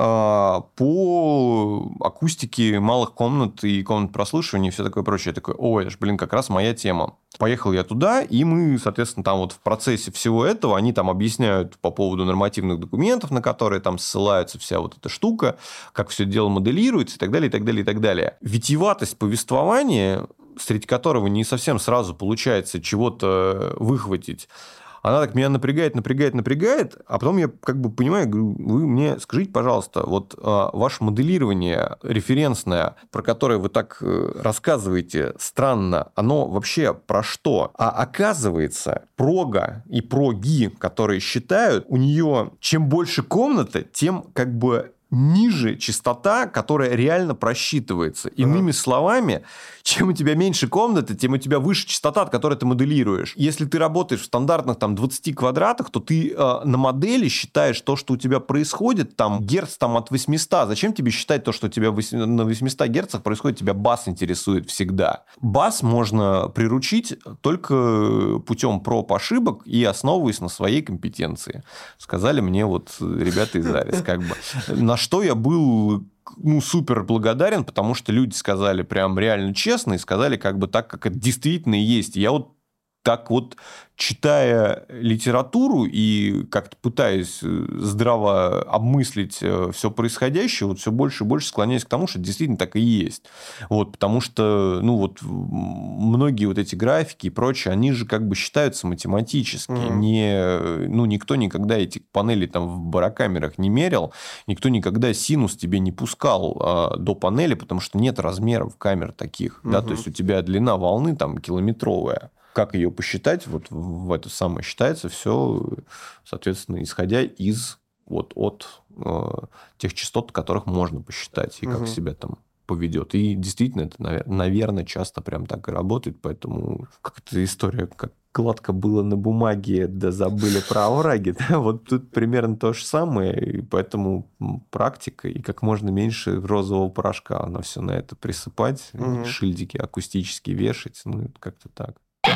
по акустике малых комнат и комнат прослушивания и все такое прочее. Я такой, ой, это ж, блин, как раз моя тема. Поехал я туда, и мы, соответственно, там вот в процессе всего этого, они там объясняют по поводу нормативных документов, на которые там ссылаются вся вот эта штука, как все дело моделируется и так далее, и так далее, и так далее. Витиеватость повествования, среди которого не совсем сразу получается чего-то выхватить, она так меня напрягает, напрягает, напрягает, а потом я как бы понимаю, говорю, вы мне скажите, пожалуйста, вот а, ваше моделирование референсное, про которое вы так э, рассказываете, странно, оно вообще про что? А оказывается, прога и проги, которые считают, у нее чем больше комнаты, тем как бы ниже частота, которая реально просчитывается. Иными словами, чем у тебя меньше комнаты, тем у тебя выше частота, от которой ты моделируешь. Если ты работаешь в стандартных там двадцати квадратах, то ты э, на модели считаешь то, что у тебя происходит, там, герц там, от восьмисот. Зачем тебе считать то, что у тебя восемь- на восьмистах герцах происходит? Тебя бас интересует всегда. Бас можно приручить только путем проб ошибок и основываясь на своей компетенции. Сказали мне вот ребята из Арис. Как бы. На что я был ну, супер благодарен, потому что люди сказали прям реально честно и сказали как бы так, как это действительно и есть. Я вот так вот, читая литературу и как-то пытаясь здраво обмыслить все происходящее, вот все больше и больше склоняюсь к тому, что это действительно так и есть. Вот, потому что, ну, вот многие вот эти графики и прочее, они же как бы считаются математически. Mm-hmm. Не, ну, никто никогда эти панели там в барокамерах не мерил, никто никогда синус тебе не пускал а, до панели, потому что нет размеров камер таких. Mm-hmm. Да? То есть у тебя длина волны там километровая. Как ее посчитать, вот в это самое считается все, соответственно, исходя из вот от э, тех частот, которых можно посчитать, и как угу. себя там поведет. И действительно, это, наверное, часто прям так и работает, поэтому как-то история, как гладко было на бумаге, да забыли про овраги. Да? Вот тут примерно то же самое, и поэтому практика, и как можно меньше розового порошка на все на это присыпать, угу. шильдики акустические вешать, ну, как-то так.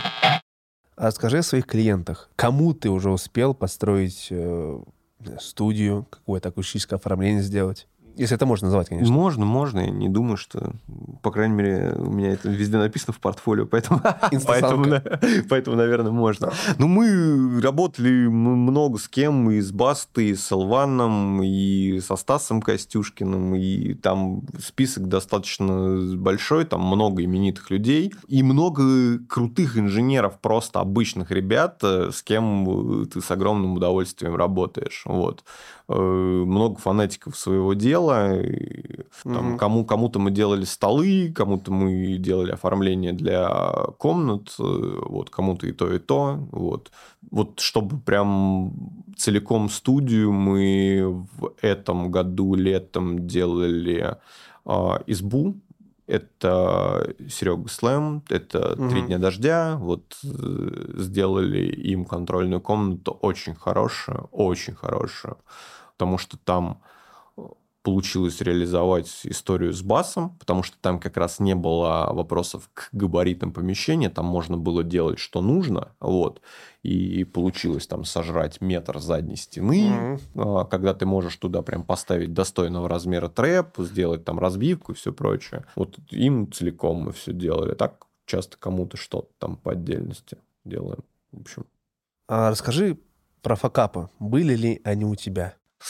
А скажи о своих клиентах. Кому ты уже успел построить э, студию, какое-то акустическое оформление сделать? Если это можно назвать, конечно. Можно, можно. Я не думаю, что... По крайней мере, у меня это везде написано в портфолио, поэтому, поэтому, поэтому наверное, можно. Ну, мы работали много с кем, и с Бастой, и с Элваном, и со Стасом Костюшкиным, и там список достаточно большой, там много именитых людей, и много крутых инженеров, просто обычных ребят, с кем ты с огромным удовольствием работаешь. Вот. Много фанатиков своего дела. Там, угу. кому, кому-то мы делали столы, кому-то мы делали оформление для комнат, вот, кому-то и то, и то. Вот. Вот чтобы прям целиком студию мы в этом году летом делали а, избу. Это Серега Слэм, это угу. «Три дня дождя». Вот сделали им контрольную комнату очень хорошую, очень хорошую. Потому что там получилось реализовать историю с басом, потому что там как раз не было вопросов к габаритам помещения, там можно было делать, что нужно, вот, и получилось там сожрать метр задней стены, mm-hmm. когда ты можешь туда прям поставить достойного размера трэп, сделать там разбивку и все прочее. Вот им целиком мы все делали. Так часто кому-то что-то там по отдельности делаем. В общем. А расскажи про факапы. Были ли они у тебя?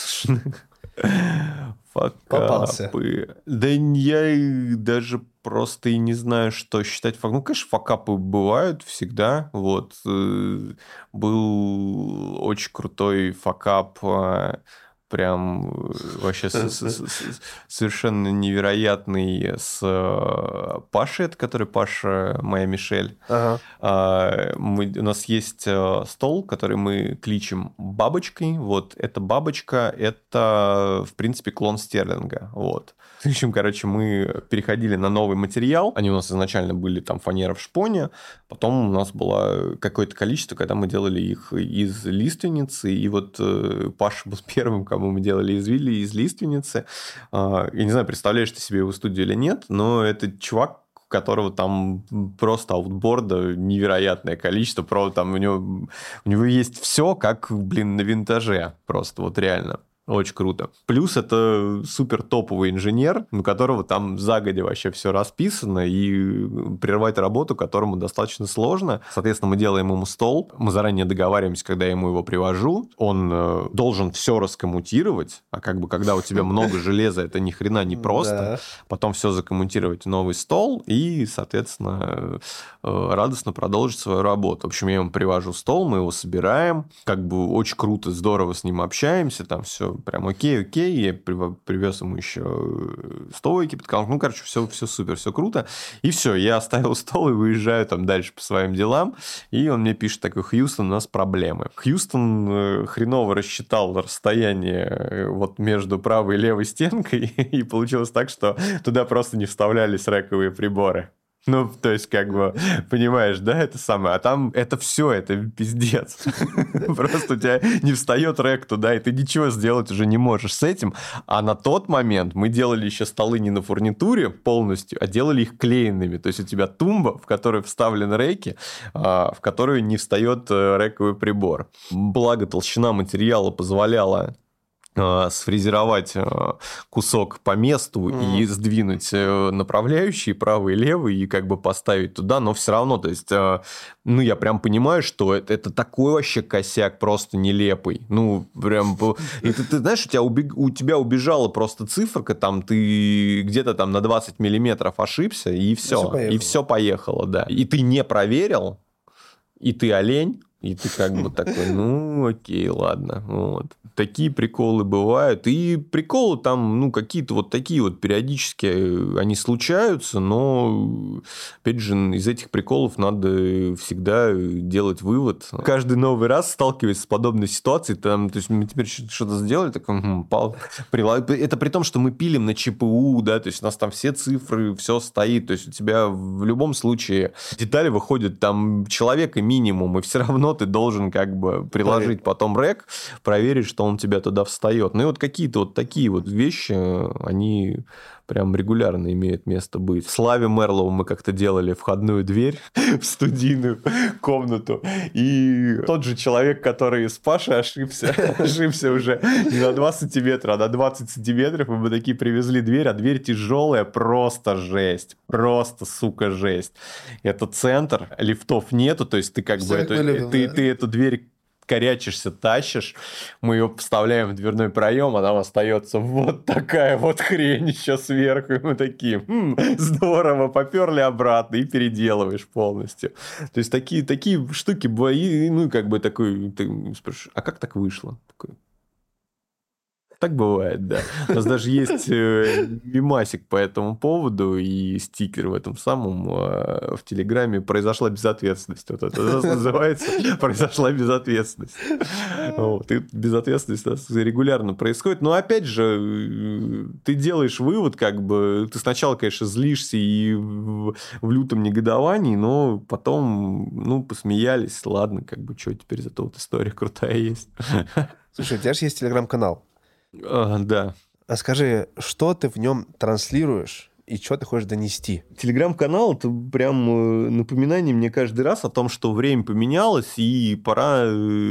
Факапы. Попался. Да я даже просто и не знаю, что считать факапом. Ну, конечно, факапы бывают всегда. Вот. Был очень крутой факап прям вообще совершенно невероятный с Пашей, это который Паша, моя Мишель. Ага. Мы, у нас есть стол, который мы кличем бабочкой. Вот эта бабочка, это, в принципе, клон Стерлинга. Вот. В общем, короче, мы переходили на новый материал. Они у нас изначально были там фанера в шпоне. Потом у нас было какое-то количество, когда мы делали их из лиственницы. И вот Паша был первым, кому мы делали из вилли, из лиственницы. Я не знаю, представляешь ты себе его студию или нет, но это чувак, у которого там просто аутборда невероятное количество. Правда, там у него, у него есть все, как, блин, на винтаже. Просто вот реально. Очень круто. Плюс это супер топовый инженер, у которого там загодя вообще все расписано, и прервать работу которому достаточно сложно. Соответственно, мы делаем ему стол, мы заранее договариваемся, когда я ему его привожу, он должен все раскоммутировать, а как бы когда у тебя много железа, это ни хрена не просто. Потом все закоммутировать в новый стол и, соответственно, радостно продолжить свою работу. В общем, я ему привожу стол, мы его собираем, как бы очень круто, здорово с ним общаемся, там все прям окей, окей. Я привез ему еще стойки, подколонки. Ну, короче, все, все супер, все круто. И все, я оставил стол и выезжаю там дальше по своим делам. И он мне пишет такой: Хьюстон, у нас проблемы. Хьюстон хреново рассчитал расстояние вот между правой и левой стенкой. И получилось так, что туда просто не вставлялись рековые приборы. Ну, то есть, как бы, понимаешь, да, это самое. А там это все, это пиздец. Просто у тебя не встает рэк туда, и ты ничего сделать уже не можешь с этим. А на тот момент мы делали еще столы не на фурнитуре полностью, а делали их клеенными. То есть, у тебя тумба, в которой вставлены рэки, в которую не встает рэковый прибор. Благо, толщина материала позволяла сфрезеровать кусок по месту mm. и сдвинуть направляющие правый и левый и как бы поставить туда, но все равно, то есть, ну, я прям понимаю, что это, это такой вообще косяк просто нелепый. Ну, прям... И ты, ты знаешь, у тебя, убег... у тебя убежала просто циферка, там, ты где-то там на двадцать миллиметров ошибся, и все, и все поехало, да. И ты не проверил, и ты олень, и ты как бы такой, ну, окей, ладно, вот. Такие приколы бывают. И приколы там, ну, какие-то вот такие вот периодически они случаются, но, опять же, из этих приколов надо всегда делать вывод. Каждый новый раз, сталкиваясь с подобной ситуацией, там, то есть, мы теперь что-то сделали, так, это при том, что мы пилим на ЧПУ, да, то есть, у нас там все цифры, все стоит, то есть, у тебя в любом случае детали выходят там человека минимум, и все равно ты должен как бы приложить потом рэк, проверить, что он у тебя туда встает. Ну и вот какие-то вот такие вот вещи, они прям регулярно имеют место быть. В Славе Мерлоу мы как-то делали входную дверь в студийную комнату, и тот же человек, который с Пашей ошибся, ошибся уже не на два сантиметра, а на двадцать сантиметров, и мы такие привезли дверь, а дверь тяжелая, просто жесть, просто, сука, жесть. Это центр, лифтов нету, то есть ты как бы эту, вылюбил, ты, да? ты эту дверь корячишься, тащишь, мы ее вставляем в дверной проем, а там остается вот такая вот хрень еще сверху, и мы такие, м-м, здорово, поперли обратно и переделываешь полностью. То есть такие, такие штуки, ну, как бы такой, ты спрашиваешь, а как так вышло? Такой, так бывает, да. У нас даже есть мемасик по этому поводу и стикер в этом самом в Телеграме. Произошла безответственность. Вот это называется. Произошла безответственность. Вот. И безответственность у нас регулярно происходит. Но опять же, ты делаешь вывод, как бы, ты сначала, конечно, злишься и в, в лютом негодовании, но потом, ну, посмеялись. Ладно, как бы, что теперь зато вот история крутая есть. Слушай, у тебя же есть телеграм-канал. А, да. А скажи, что ты в нем транслируешь и что ты хочешь донести? Телеграм-канал – это прям напоминание мне каждый раз о том, что время поменялось, и пора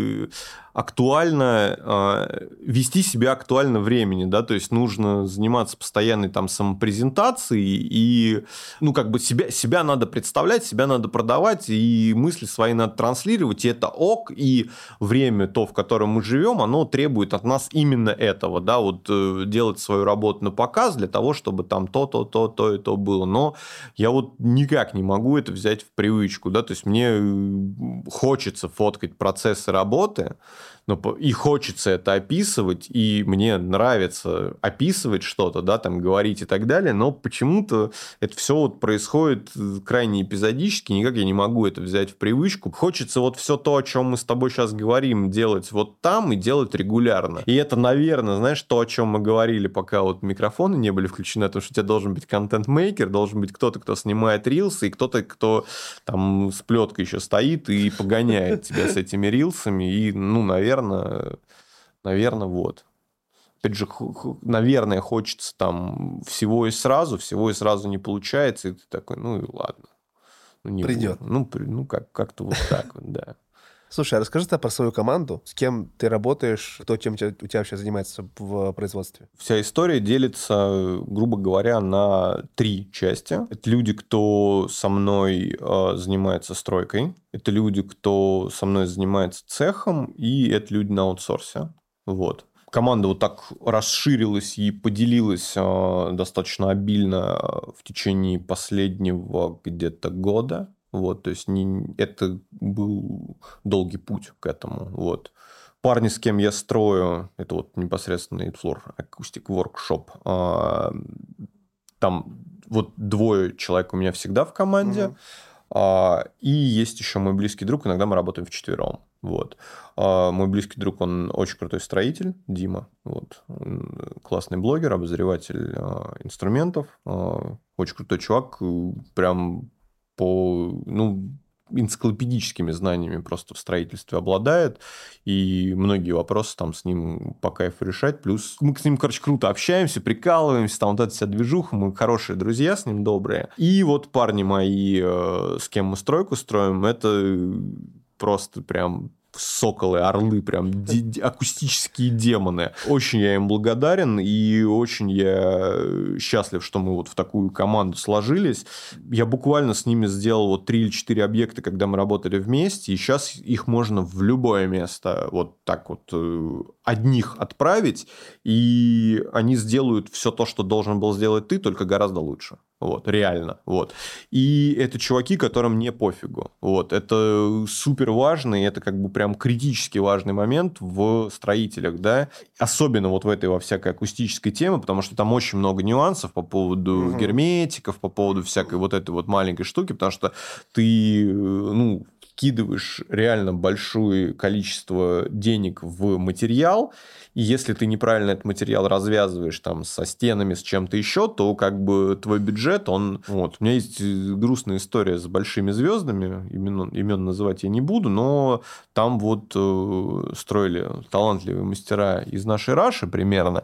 актуально э, вести себя актуально времени, да, то есть нужно заниматься постоянной там самопрезентацией, и, ну, как бы себя, себя надо представлять, себя надо продавать, и мысли свои надо транслировать, и это ок, и время то, в котором мы живем, оно требует от нас именно этого, да, вот э, делать свою работу на показ для того, чтобы там то, то, то, то и то было, но я вот никак не могу это взять в привычку, да, то есть мне хочется фоткать процессы работы, Но и хочется это описывать, и мне нравится описывать что-то, да, там, говорить и так далее, но почему-то это все вот происходит крайне эпизодически, никак я не могу это взять в привычку. Хочется вот все то, о чем мы с тобой сейчас говорим, делать вот там и делать регулярно. И это, наверное, знаешь, то, о чем мы говорили, пока вот микрофоны не были включены, потому что у тебя должен быть контент-мейкер, должен быть кто-то, кто снимает рилсы, и кто-то, кто там с плеткой еще стоит и погоняет тебя с этими рилсами, и, ну, наверное, наверное, вот. Опять же, наверное, хочется там всего и сразу, всего и сразу не получается, и ты такой, ну и ладно. Ну, не Придет. Буду. Ну, ну как- как-то вот так вот, да. Слушай, а расскажи ты про свою команду, с кем ты работаешь, кто чем у тебя у тебя вообще занимается в производстве? Вся история делится, грубо говоря, на три части. Это люди, кто со мной э, занимается стройкой, это люди, кто со мной занимается цехом, и это люди на аутсорсе. Вот. Команда вот так расширилась и поделилась э, достаточно обильно в течение последнего где-то года. Вот, то есть не, это был долгий путь к этому. Вот. Парни, с кем я строю, это вот непосредственно eight floor Acoustic Workshop. А, там вот двое человек у меня всегда в команде. Mm-hmm. А, и есть еще мой близкий друг, иногда мы работаем вчетвером. Вот. А, мой близкий друг, он очень крутой строитель, Дима. Вот. Классный блогер, обозреватель а, инструментов. А, очень крутой чувак, прям по, ну, энциклопедическими знаниями просто в строительстве обладает, и многие вопросы там с ним по кайфу решать. Плюс мы с ним, короче, круто общаемся, прикалываемся, там вот эта вся движуха, мы хорошие друзья с ним, добрые. И вот парни мои, с кем мы стройку строим, это просто прям соколы, орлы, прям ди- акустические демоны. Очень я им благодарен, и очень я счастлив, что мы вот в такую команду сложились. Я буквально с ними сделал вот три или четыре объекта, когда мы работали вместе, и сейчас их можно в любое место вот так вот одних отправить, и они сделают все то, что должен был сделать ты, только гораздо лучше. Вот, реально. Вот. И это чуваки, которым не пофигу. Вот. Это супер важный, это как бы прям критически важный момент в строителях, да. Особенно вот в этой во всякой акустической теме, потому что там очень много нюансов по поводу угу. герметиков, по поводу всякой вот этой вот маленькой штуки, потому что ты, ну, вкидываешь реально большое количество денег в материал, и если ты неправильно этот материал развязываешь там со стенами, с чем-то еще, то как бы твой бюджет, он... Вот. У меня есть грустная история с большими звездами, имен, имен называть я не буду, но там вот э, строили талантливые мастера из нашей Раши примерно.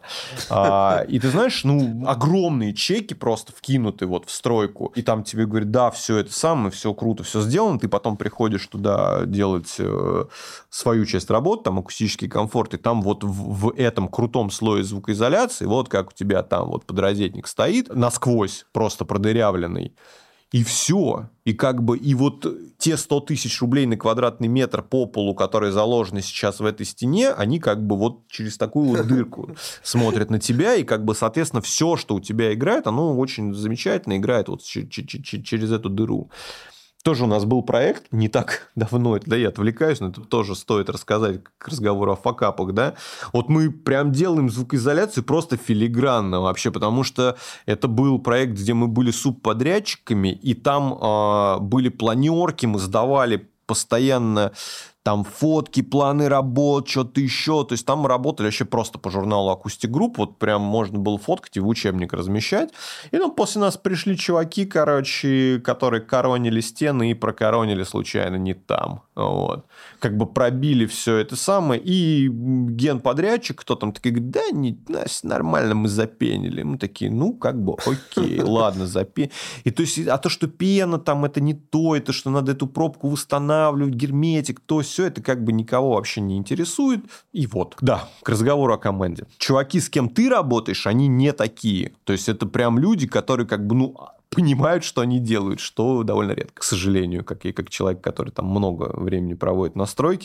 А, и ты знаешь, ну, огромные чеки просто вкинуты вот в стройку, и там тебе говорят, да, все это самое, все круто, все сделано, ты потом приходишь туда делать э, свою часть работы, там акустический комфорт, и там вот в, в этом крутом слое звукоизоляции, вот как у тебя там вот подрозетник стоит, насквозь просто продырявленный, и все. И как бы, и вот те сто тысяч рублей на квадратный метр по полу, которые заложены сейчас в этой стене, они как бы вот через такую вот дырку смотрят на тебя, и как бы, соответственно, все, что у тебя играет, оно очень замечательно играет вот через эту дыру. Тоже у нас был проект не так давно, да, я отвлекаюсь, но это тоже стоит рассказать к разговору о факапах, да. Вот мы прям делаем звукоизоляцию просто филигранно вообще, потому что это был проект, где мы были субподрядчиками, и там э, были планерки, мы сдавали постоянно там фотки, планы работ, что-то еще. То есть там мы работали вообще просто по журналу Acoustic Group. Вот прям можно было фоткать и в учебник размещать. И ну, после нас пришли чуваки, короче, которые коронили стены и прокоронили случайно не там. Вот. Как бы пробили все это самое. И генподрядчик, кто там такой, говорит, да, не, нормально, мы запенили. Мы такие, ну, как бы, окей, ладно, запенили. И то есть, а то, что пена там, это не то, это что надо эту пробку восстанавливать, герметик, то все это как бы никого вообще не интересует. И вот, да, к разговору о команде. Чуваки, с кем ты работаешь, они не такие. То есть, это прям люди, которые как бы, ну, понимают, что они делают, что довольно редко. К сожалению, как я, как человек, который там много времени проводит на стройке,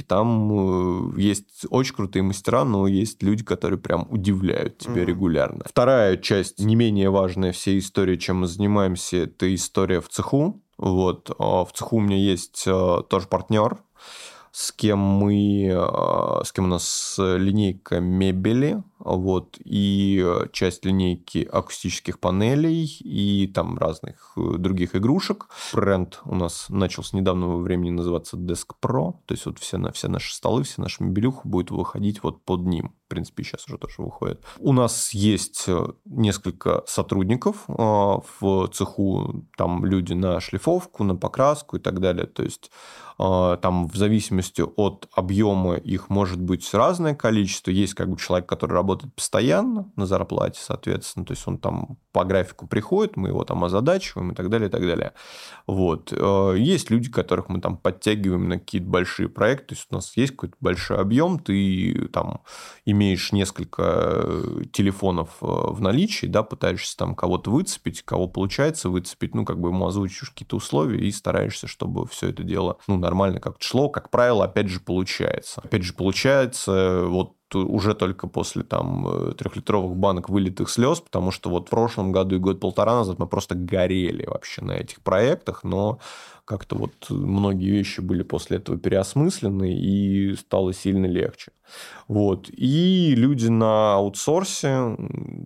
там э, есть очень крутые мастера, но есть люди, которые прям удивляют тебя mm-hmm. регулярно. Вторая часть, не менее важная всей истории, чем мы занимаемся, это история в цеху. Вот. В цеху у меня есть тоже партнер, с кем мы, с кем у нас линейка мебели, вот, и часть линейки акустических панелей, и там разных других игрушек. Бренд у нас начал с недавнего времени называться Desk Pro, то есть вот все, все наши столы, все наши мебелюха будет выходить вот под ним. В принципе, сейчас уже тоже выходит. У нас есть несколько сотрудников в цеху, там люди на шлифовку, на покраску и так далее. То есть там в зависимости от объема их может быть разное количество. Есть как бы человек, который работает постоянно на зарплате, соответственно. То есть он там по графику приходит, мы его там озадачиваем и так далее, и так далее. Вот. Есть люди, которых мы там подтягиваем на какие-то большие проекты. То есть у нас есть какой-то большой объем, ты там имеешь несколько телефонов в наличии, да, пытаешься там кого-то выцепить, кого получается выцепить, ну, как бы ему озвучишь какие-то условия и стараешься, чтобы все это дело, ну, нормально как-то шло. Как правило, опять же, получается. Опять же, получается, вот уже только после там трехлитровых банок вылитых слез, потому что вот в прошлом году и год-полтора назад мы просто горели вообще на этих проектах, но как-то вот многие вещи были после этого переосмыслены, и стало сильно легче. Вот. И люди на аутсорсе,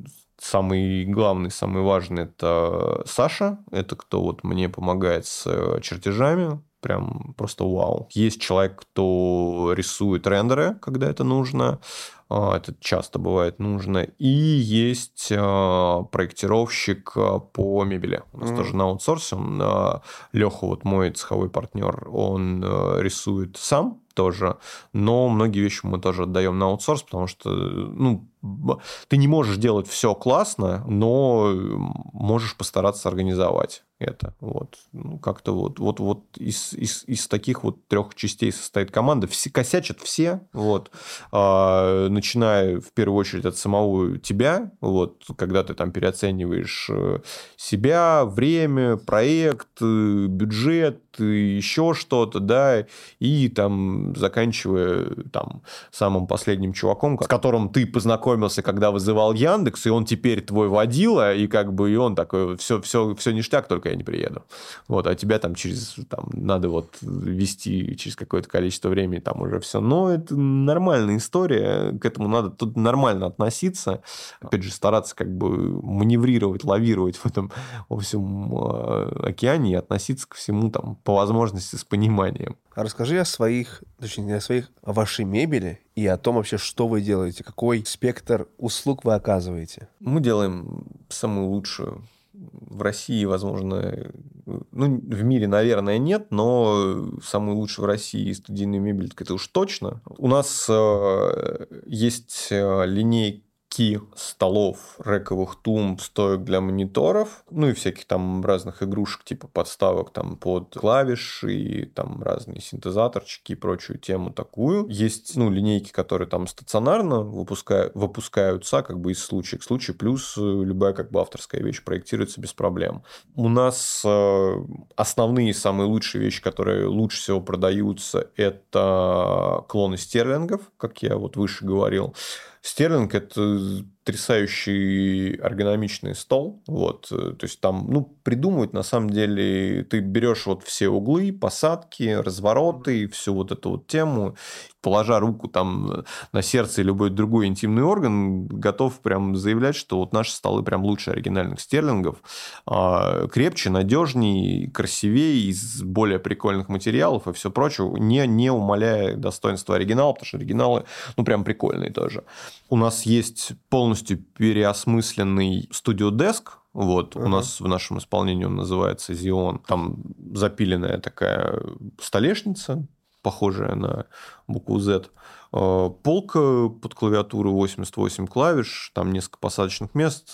самый главный, самый важный – это Саша. Это кто вот мне помогает с чертежами. Прям просто вау. Есть человек, кто рисует рендеры, когда это нужно. Это часто бывает нужно. И есть проектировщик по мебели. У нас mm-hmm. тоже на аутсорсе. Он, Леха, вот мой цеховой партнер, он рисует сам тоже, но многие вещи мы тоже отдаем на аутсорс, потому что, ну, ты не можешь делать все классно, но можешь постараться организовать это. Вот. Ну, как-то вот, вот, вот из, из, из таких вот трех частей состоит команда. Все, косячат все, вот. А, начиная в первую очередь от самого тебя, вот, когда ты там переоцениваешь себя, время, проект, бюджет, еще что-то, да, и там заканчивая там самым последним чуваком, с которым ты познакомился, когда вызывал Яндекс, и он теперь твой водила, и как бы и он такой, все, все, все ништяк, только я не приеду. Вот, а тебя там через, там, надо вот вести через какое-то количество времени, там уже все. Но это нормальная история, к этому надо тут нормально относиться, опять же, стараться как бы маневрировать, лавировать в этом во всем океане и относиться ко всему там по возможности с пониманием. А расскажи о своих, точнее, не о своих, о вашей мебели и о том вообще, что вы делаете, какой спектр услуг вы оказываете. Мы делаем самую лучшую в России, возможно, ну, в мире, наверное, нет, но самую лучшую в России студийную мебель, это уж точно. У нас э, есть линейки столов, рековых тумб, стоек для мониторов, ну и всяких там разных игрушек, типа подставок там под клавиши, и там разные синтезаторчики и прочую тему такую. Есть, ну, линейки, которые там стационарно выпускают, выпускаются как бы из случая к случаю, плюс любая как бы авторская вещь проектируется без проблем. У нас основные, самые лучшие вещи, которые лучше всего продаются, это клоны стерлингов, как я вот выше говорил. Стерлинг – это потрясающий эргономичный стол. Вот. То есть, там, ну, придумывать, на самом деле, ты берешь вот все углы, посадки, развороты, всю вот эту вот тему, положа руку там на сердце и любой другой интимный орган, готов прям заявлять, что вот наши столы прям лучше оригинальных стерлингов. Крепче, надежнее, красивее, из более прикольных материалов и все прочее, не, не умаляя достоинства оригинала, потому что оригиналы, ну, прям прикольные тоже. У нас есть полностью переосмысленный Studio Desk. Вот, uh-huh. У нас в нашем исполнении он называется Xeon. Там запиленная такая столешница, похожая на букву Z. Полка под клавиатуру, восемьдесят восемь клавиш, там несколько посадочных мест.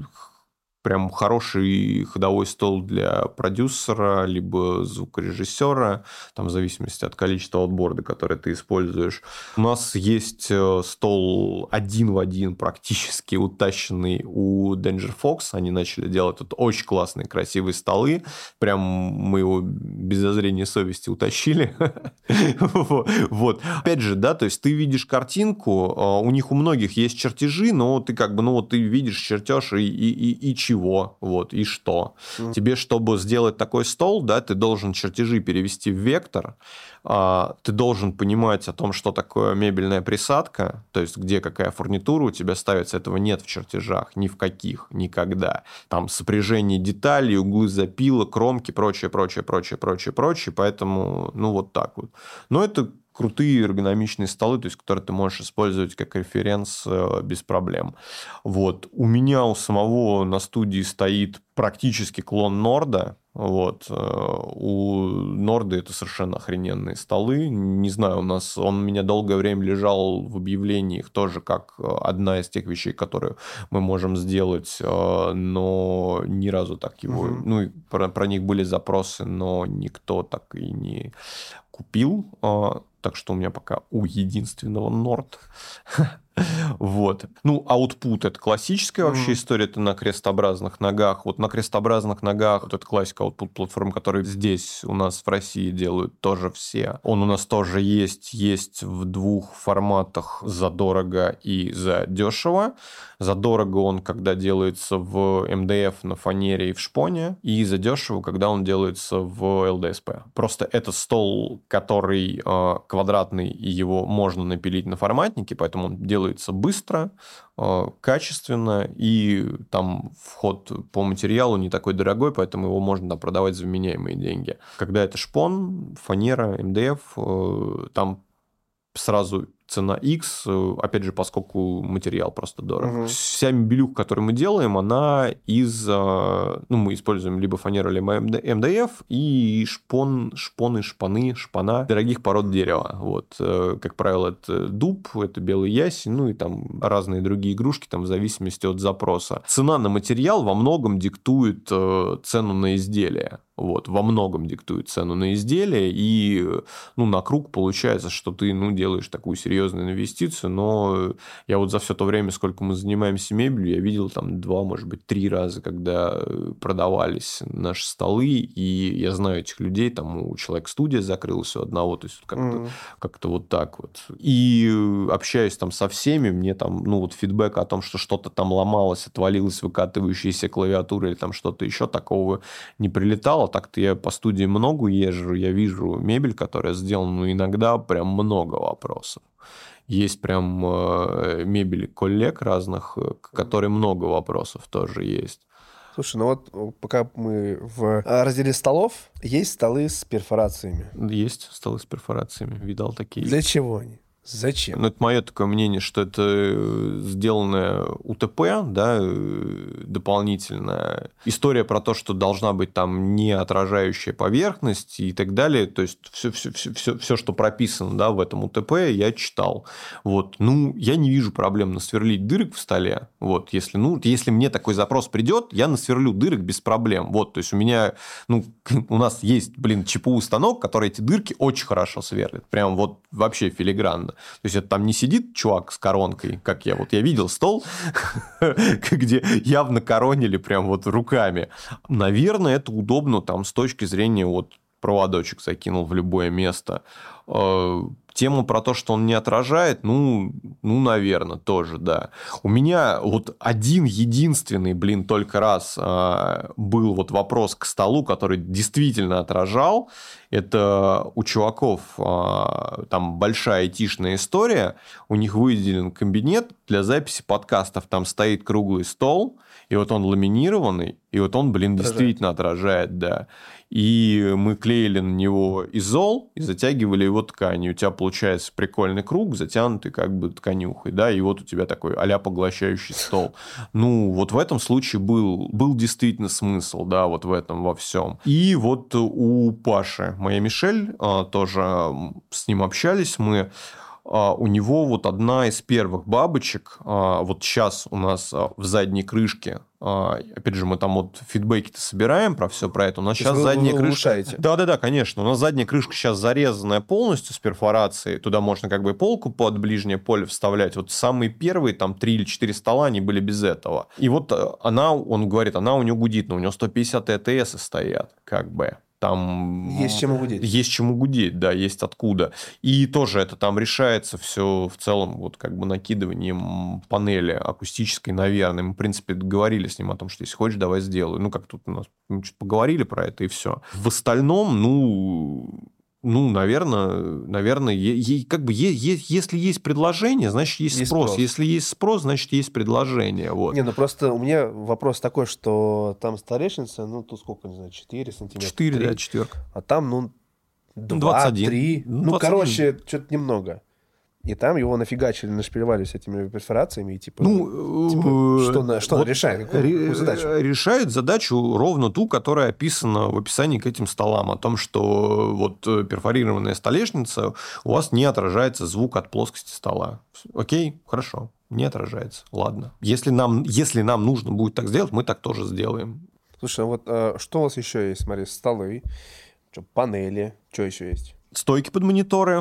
Прям хороший ходовой стол для продюсера, либо звукорежиссера, там в зависимости от количества аутборда, который ты используешь. У нас есть стол один в один практически утащенный у Danger Fox. Они начали делать тут очень классные, красивые столы. Прям мы его без зазрения совести утащили. Вот. Опять же, да, то есть ты видишь картинку, у них у многих есть чертежи, но ты как бы, ну вот ты видишь чертеж и, и, и, и чего? чего, вот, и что. Mm. Тебе, чтобы сделать такой стол, да, ты должен чертежи перевести в вектор, а, ты должен понимать о том, что такое мебельная присадка, то есть где какая фурнитура у тебя ставится, этого нет в чертежах, ни в каких, никогда. Там сопряжение деталей, углы запила, кромки, прочее, прочее, прочее, прочее, прочее, поэтому, ну, вот так вот. Но это крутые эргономичные столы, то есть, которые ты можешь использовать как референс э, без проблем. Вот. У меня у самого на студии стоит практически клон Норда. Вот. У Норда это совершенно охрененные столы. Не знаю, у нас он у меня долгое время лежал в объявлениях тоже как одна из тех вещей, которые мы можем сделать, но ни разу так его... Угу. Ну, и про, про них были запросы, но никто так и не купил. Так что у меня пока у единственного Норд. Вот. Ну, output – это классическая вообще mm. история, это на крестообразных ногах. Вот на крестообразных ногах, вот это классика output платформ, которые здесь у нас в России делают тоже все. Он у нас тоже есть, есть в двух форматах: задорого и задешево. Задорого он, когда делается в эм дэ эф на фанере и в шпоне, и задешево, когда он делается в эл дэ эс пэ. Просто это стол, который э, квадратный, и его можно напилить на форматнике, поэтому он делается быстро, качественно, и там вход по материалу не такой дорогой, поэтому его можно там продавать за вменяемые деньги. Когда это шпон, фанера, эм дэ эф, там сразу цена X, опять же, поскольку материал просто дорог. Угу. Вся мебелюха, которую мы делаем, она из... Ну, мы используем либо фанеру, либо эм дэ эф, и шпон, шпоны, шпаны, шпана дорогих пород дерева. Вот. Как правило, это дуб, это белый ясень, ну, и там разные другие игрушки, там, в зависимости от запроса. Цена на материал во многом диктует цену на изделие. Вот, во многом диктует цену на изделие, и ну, на круг получается, что ты ну, делаешь такую серьезную инвестицию, но я вот за все то время, сколько мы занимаемся мебелью, я видел там два, может быть, три раза, когда продавались наши столы, и я знаю этих людей, там у человека студия закрылась у одного, то есть как-то, mm-hmm. как-то вот так вот. И общаюсь там со всеми, мне там, ну вот фидбэк о том, что что-то там ломалось, отвалилась выкатывающаяся клавиатура или там что-то еще, такого не прилетало. Так-то я по студии много езжу, я вижу мебель, которая сделана, но иногда прям много вопросов. Есть прям э, мебель коллег разных, к которой много вопросов тоже есть. Слушай, ну вот пока мы в разделе столов, есть столы с перфорациями. Есть столы с перфорациями, видал такие. Для чего они? Зачем? Ну, это мое такое мнение, что это сделанное у тэ пэ, да, дополнительная история про то, что должна быть там не отражающая поверхность и так далее. То есть, все, все, все, все, все что прописано да, в этом у тэ пэ, я читал. Вот. Ну, я не вижу проблем насверлить дырок в столе. Вот. Если, ну, если мне такой запрос придет, я насверлю дырок без проблем. Вот. То есть, у меня, ну, у нас есть, блин, ЧПУ-станок, который эти дырки очень хорошо сверлит. Прям вот вообще филигранно. То есть, это там не сидит чувак с коронкой, как я. Вот я видел стол, где явно коронили прям вот руками. Наверное, это удобно там с точки зрения вот проводочек закинул в любое место. Тему про то, что он не отражает, ну, ну, наверное, тоже, да. У меня вот один единственный, блин, только раз а, был вот вопрос к столу, который действительно отражал. Это у чуваков а, там большая айтишная история, у них выделен кабинет для записи подкастов, там стоит круглый стол, и вот он ламинированный, и вот он, блин, отражает. Действительно отражает, да. И мы клеили на него изол и затягивали его тканью. У тебя получается прикольный круг, затянутый как бы тканюхой, да, и вот у тебя такой а-ля поглощающий стол. Ну, вот в этом случае был, был действительно смысл, да, вот в этом во всем. И вот у Паши, моя Мишель, тоже с ним общались мы. У него вот одна из первых бабочек, вот сейчас у нас в задней крышке, опять же, мы там вот фидбэки-то собираем про все про это, у нас сейчас вы, задняя вы крышка... Да-да-да, конечно, у нас задняя крышка сейчас зарезанная полностью с перфорацией, туда можно как бы полку под ближнее поле вставлять, вот самые первые там три или четыре стола, они были без этого. И вот она, он говорит, она у него гудит, но у него сто пятьдесят и ти эс стоят, как бы. там... Есть чему гудеть. Есть чему гудеть, да, есть откуда. И тоже это там решается все в целом вот как бы накидыванием панели акустической, наверное. Мы, в принципе, говорили с ним о том, что если хочешь, давай сделаю. Ну, как тут у нас мы чуть поговорили про это, и все. В остальном, ну... Ну, наверное, наверное, е- е- как бы е- е- если есть предложение, значит, есть, Есть спрос. спрос. Если есть спрос, значит, есть предложение. Вот. Не, ну просто у меня вопрос такой, что там столешница, ну, тут сколько, не знаю, четыре сантиметра. четыре, три, да, четверка. А там, ну, два, двадцать один. три. Ну, Ну, двадцать короче, что-то немного. И там его нафигачили, нашпилевали с этими перфорациями, и типа, Ну, типа, э, что, на- что вот решает, какую, ре- какую задачу? решает задачу ровно ту, которая описана в описании к этим столам, о том, что вот перфорированная столешница, у вас не отражается звук от плоскости стола. Окей, хорошо, не отражается. Ладно. Если нам, если нам нужно будет так сделать, мы так тоже сделаем. Слушай, а вот а, что у вас еще есть? Смотри, столы, что, панели, что еще есть? Стойки под мониторы.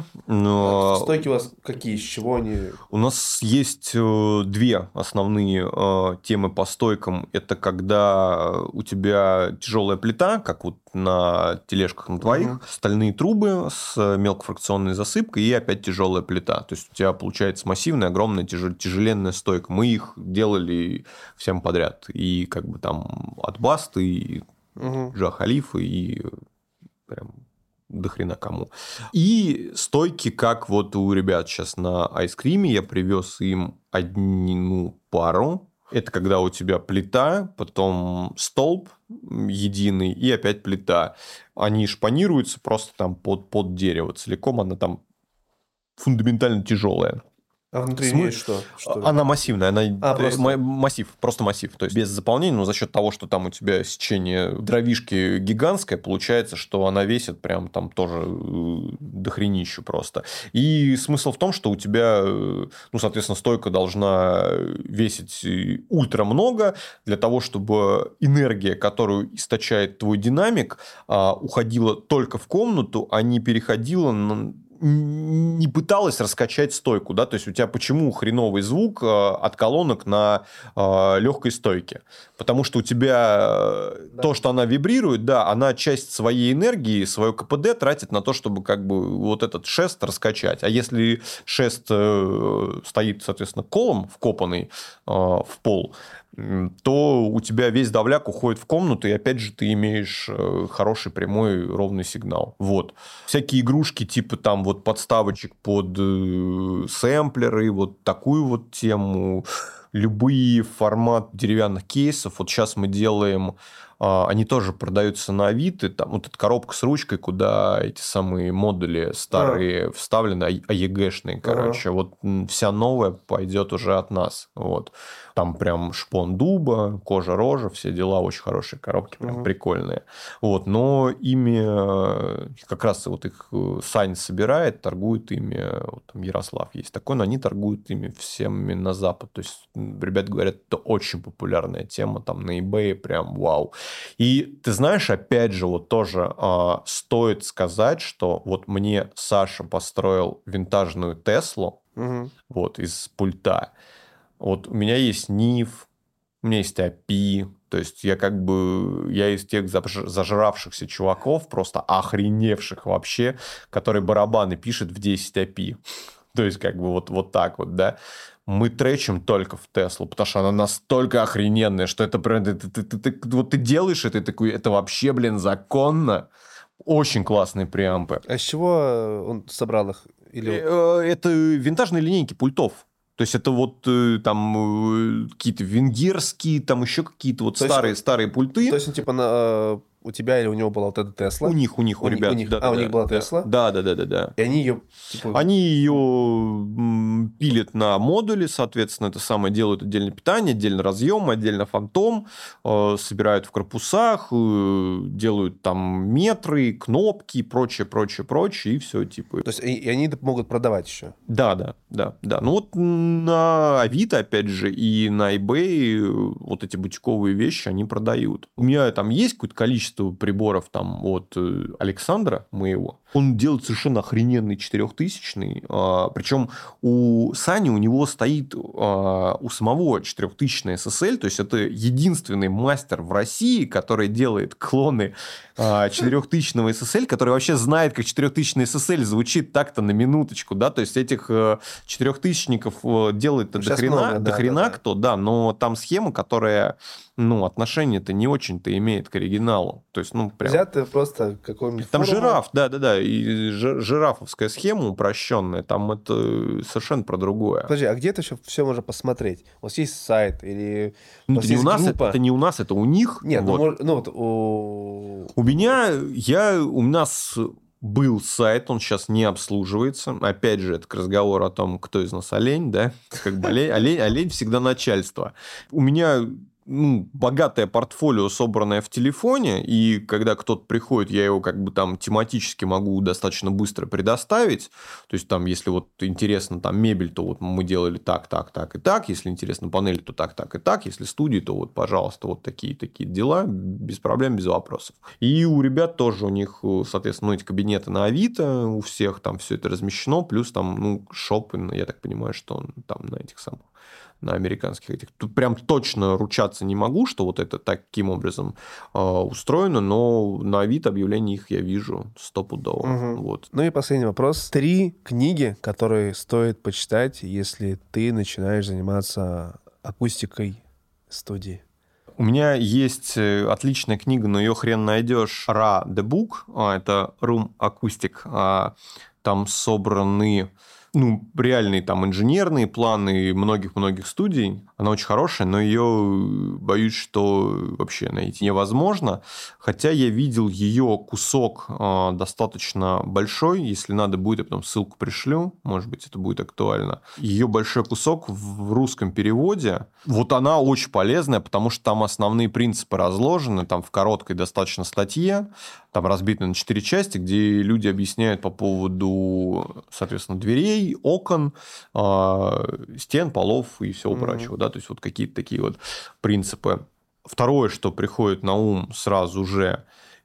Но Стойки у вас какие, из чего они? у нас есть э, две основные э, темы по стойкам. Это когда у тебя тяжелая плита, как вот на тележках на твоих, Мгм. стальные трубы с мелкофракционной засыпкой и опять тяжелая плита. То есть у тебя получается массивная, огромная, тяжел- тяжеленная стойка. Мы их делали всем подряд. И как бы там от Басты, и Мгм. Джа Халифа, и прям до хрена кому. И стойки, как вот у ребят сейчас на айскриме, я привез им одну пару. Это когда у тебя плита, потом столб единый и опять плита. Они шпанируются просто там под, под дерево. Целиком она там фундаментально тяжелая. А внутри Смы- есть что? Что ли? Она массивная, она А, э, просто. ма- массив, просто массив. То есть без заполнения, но за счет того, что там у тебя сечение дровишки гигантское, получается, что она весит прям там тоже э, дохренищу просто. И смысл в том, что у тебя, э, ну, соответственно, стойка должна весить э, ультра много для того, чтобы энергия, которую источает твой динамик, а, уходила только в комнату, а не переходила на не пыталась раскачать стойку, да, то есть у тебя почему хреновый звук э, от колонок на э, легкой стойке? Потому что у тебя э, Да. то, что она вибрирует, да, она часть своей энергии, свое КПД тратит на то, чтобы как бы вот этот шест раскачать. А если шест э, стоит, соответственно, колом вкопанный э, в пол, то у тебя весь давляк уходит в комнату, и опять же ты имеешь э, хороший прямой ровный сигнал. Вот. Всякие игрушки типа там вот подставочек под э, сэмплеры, вот такую вот тему, любые формат деревянных кейсов. Вот сейчас мы делаем, э, они тоже продаются на Авито, там вот эта коробка с ручкой, куда эти самые модули старые вставлены, а АЕГшные, короче. Вот м, вся новая пойдет уже от нас. Вот. Там прям шпон дуба, кожа рожа, все дела, очень хорошие коробки, прям Мгм. прикольные. Вот, но ими э, как раз вот их э, Сань собирает, торгует ими, э, вот там Ярослав есть такой, но они торгуют ими всеми на Запад. То есть, м, ребят говорят, это очень популярная тема, там на eBay прям вау. И ты знаешь, опять же, вот тоже а, стоит сказать, что вот мне Саша построил винтажную Теслу, Мгм. вот, из пульта. Вот у меня есть ниф, у меня есть эй пи ай, то есть я как бы, я из тех заж- зажравшихся чуваков, просто охреневших вообще, которые барабаны пишет в десять эй пи ай. То есть как бы вот, вот так вот, да. Мы тречим только в Теслу, потому что она настолько охрененная, что это прям, ты, ты- ты- ты- вот ты делаешь это, и такой, это вообще, блин, законно. Очень классные преампы. А с чего он собрал их? Или... Э, Это винтажные линейки пультов. То есть это вот э, там э, какие-то венгерские, там еще какие-то вот То есть- старые старые пульты. То есть, ну, типа, на, э, у тебя или у него была вот эта Тесла? У них, у них, у, У них- ребят. у них- да, а, у да, них была да. Тесла? Да, да, да, да, да. И они ее, типа... Они ее м, пилят на модули, соответственно, это самое, делают отдельное питание, отдельно разъем, отдельно фантом, э, собирают в корпусах, э, делают там метры, кнопки, прочее, прочее, прочее, и все, типа. То есть, и, и они это могут продавать еще? Да, да, да, да. Ну вот на Авито, опять же, и на eBay вот эти бутиковые вещи они продают. У меня там есть какое-то количество количество приборов там от э, Александра моего. Он делает совершенно охрененный четырехтысячный. А, причем у Сани у него стоит а, у самого четырехтысячный эс эс эль, то есть это единственный мастер в России, который делает клоны а, четырехтысячного эс эс эль, который вообще знает, как четырехтысячный эс эс эль звучит так-то на минуточку, да, то есть этих э, четырехтысячников э, делает до хрена, много, до да, хрена да, да. кто, да, но там схема, которая, ну, отношение-то не очень-то имеет к оригиналу, то есть, ну, прям... Взято просто какой-нибудь Там форума. жираф, да-да-да, и жи- жирафовская схема упрощенная, там это совершенно про другое. Подожди, а где это все, все можно посмотреть? У вас есть сайт или у Ну, вас это, не у есть нас, это, группа? это не у нас, это у них. Нет, вот. ну, мож- ну вот у... У меня, я, у нас был сайт, он сейчас не обслуживается. Опять же, это к разговору о том, кто из нас олень, да? Как бы олень, олень, олень всегда начальство. У меня... ну, богатое портфолио, собранное в телефоне, и когда кто-то приходит, я его как бы там тематически могу достаточно быстро предоставить. То есть, там, если вот интересно там мебель, то вот мы делали так, так, так и так. Если интересно панель, то так, так и так. Если студии, то вот, пожалуйста, вот такие-такие дела. Без проблем, без вопросов. И у ребят тоже у них, соответственно, ну, эти кабинеты на Авито, у всех там все это размещено, плюс там, ну, шоп, я так понимаю, что он там на этих самых на американских этих. Тут прям точно ручаться не могу, что вот это таким образом э, устроено, но на Авито объявлений их я вижу стопудово. Мгм. Вот. Ну и последний вопрос. Три книги, которые стоит почитать, если ты начинаешь заниматься акустикой студии. У меня есть отличная книга, но ее хрен найдешь. Ra The Book. А, это Room Acoustic. А, там собраны... ну, реальные там инженерные планы многих-многих студий. Она очень хорошая, но ее, боюсь, что вообще найти невозможно. Хотя я видел ее кусок э, достаточно большой. Если надо будет, я потом ссылку пришлю. Может быть, это будет актуально. Ее большой кусок в русском переводе. Вот она очень полезная, потому что там основные принципы разложены. Там в короткой достаточно статье. Там разбиты на четыре части, где люди объясняют по поводу, соответственно, дверей, окон, стен, полов и всего mm-hmm. прочего. Да? То есть, вот какие-то такие вот принципы. Второе, что приходит на ум сразу же,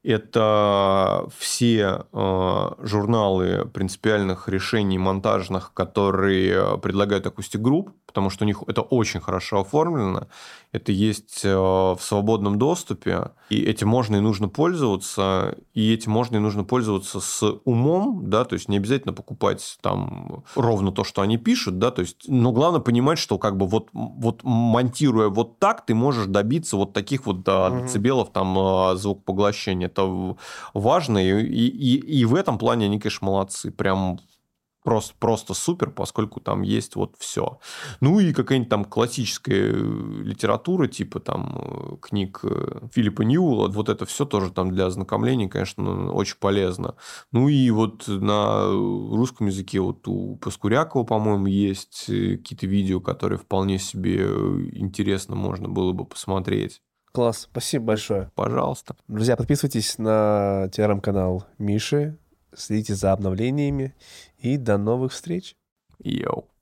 это все э, журналы принципиальных решений монтажных, которые предлагают Acoustic Group, потому что у них это очень хорошо оформлено, это есть э, в свободном доступе, и этим можно и нужно пользоваться, и этим можно и нужно пользоваться с умом, да, то есть не обязательно покупать там ровно то, что они пишут, да, то есть, но главное понимать, что как бы вот, вот монтируя вот так, ты можешь добиться вот таких вот да, mm-hmm. децибелов там звукопоглощения. Это важно, и, и, и в этом плане они, конечно, молодцы. Прям просто, просто супер, поскольку там есть вот все. Ну и какая-нибудь там классическая литература, типа там книг Филиппа Ньюэлла, вот это все тоже там для ознакомления, конечно, очень полезно. Ну и вот на русском языке вот у Паскурякова, по-моему, есть какие-то видео, которые вполне себе интересно можно было бы посмотреть. Класс, спасибо большое. Пожалуйста. Друзья, подписывайтесь на телеграм-канал Миши, следите за обновлениями и до новых встреч. Йоу.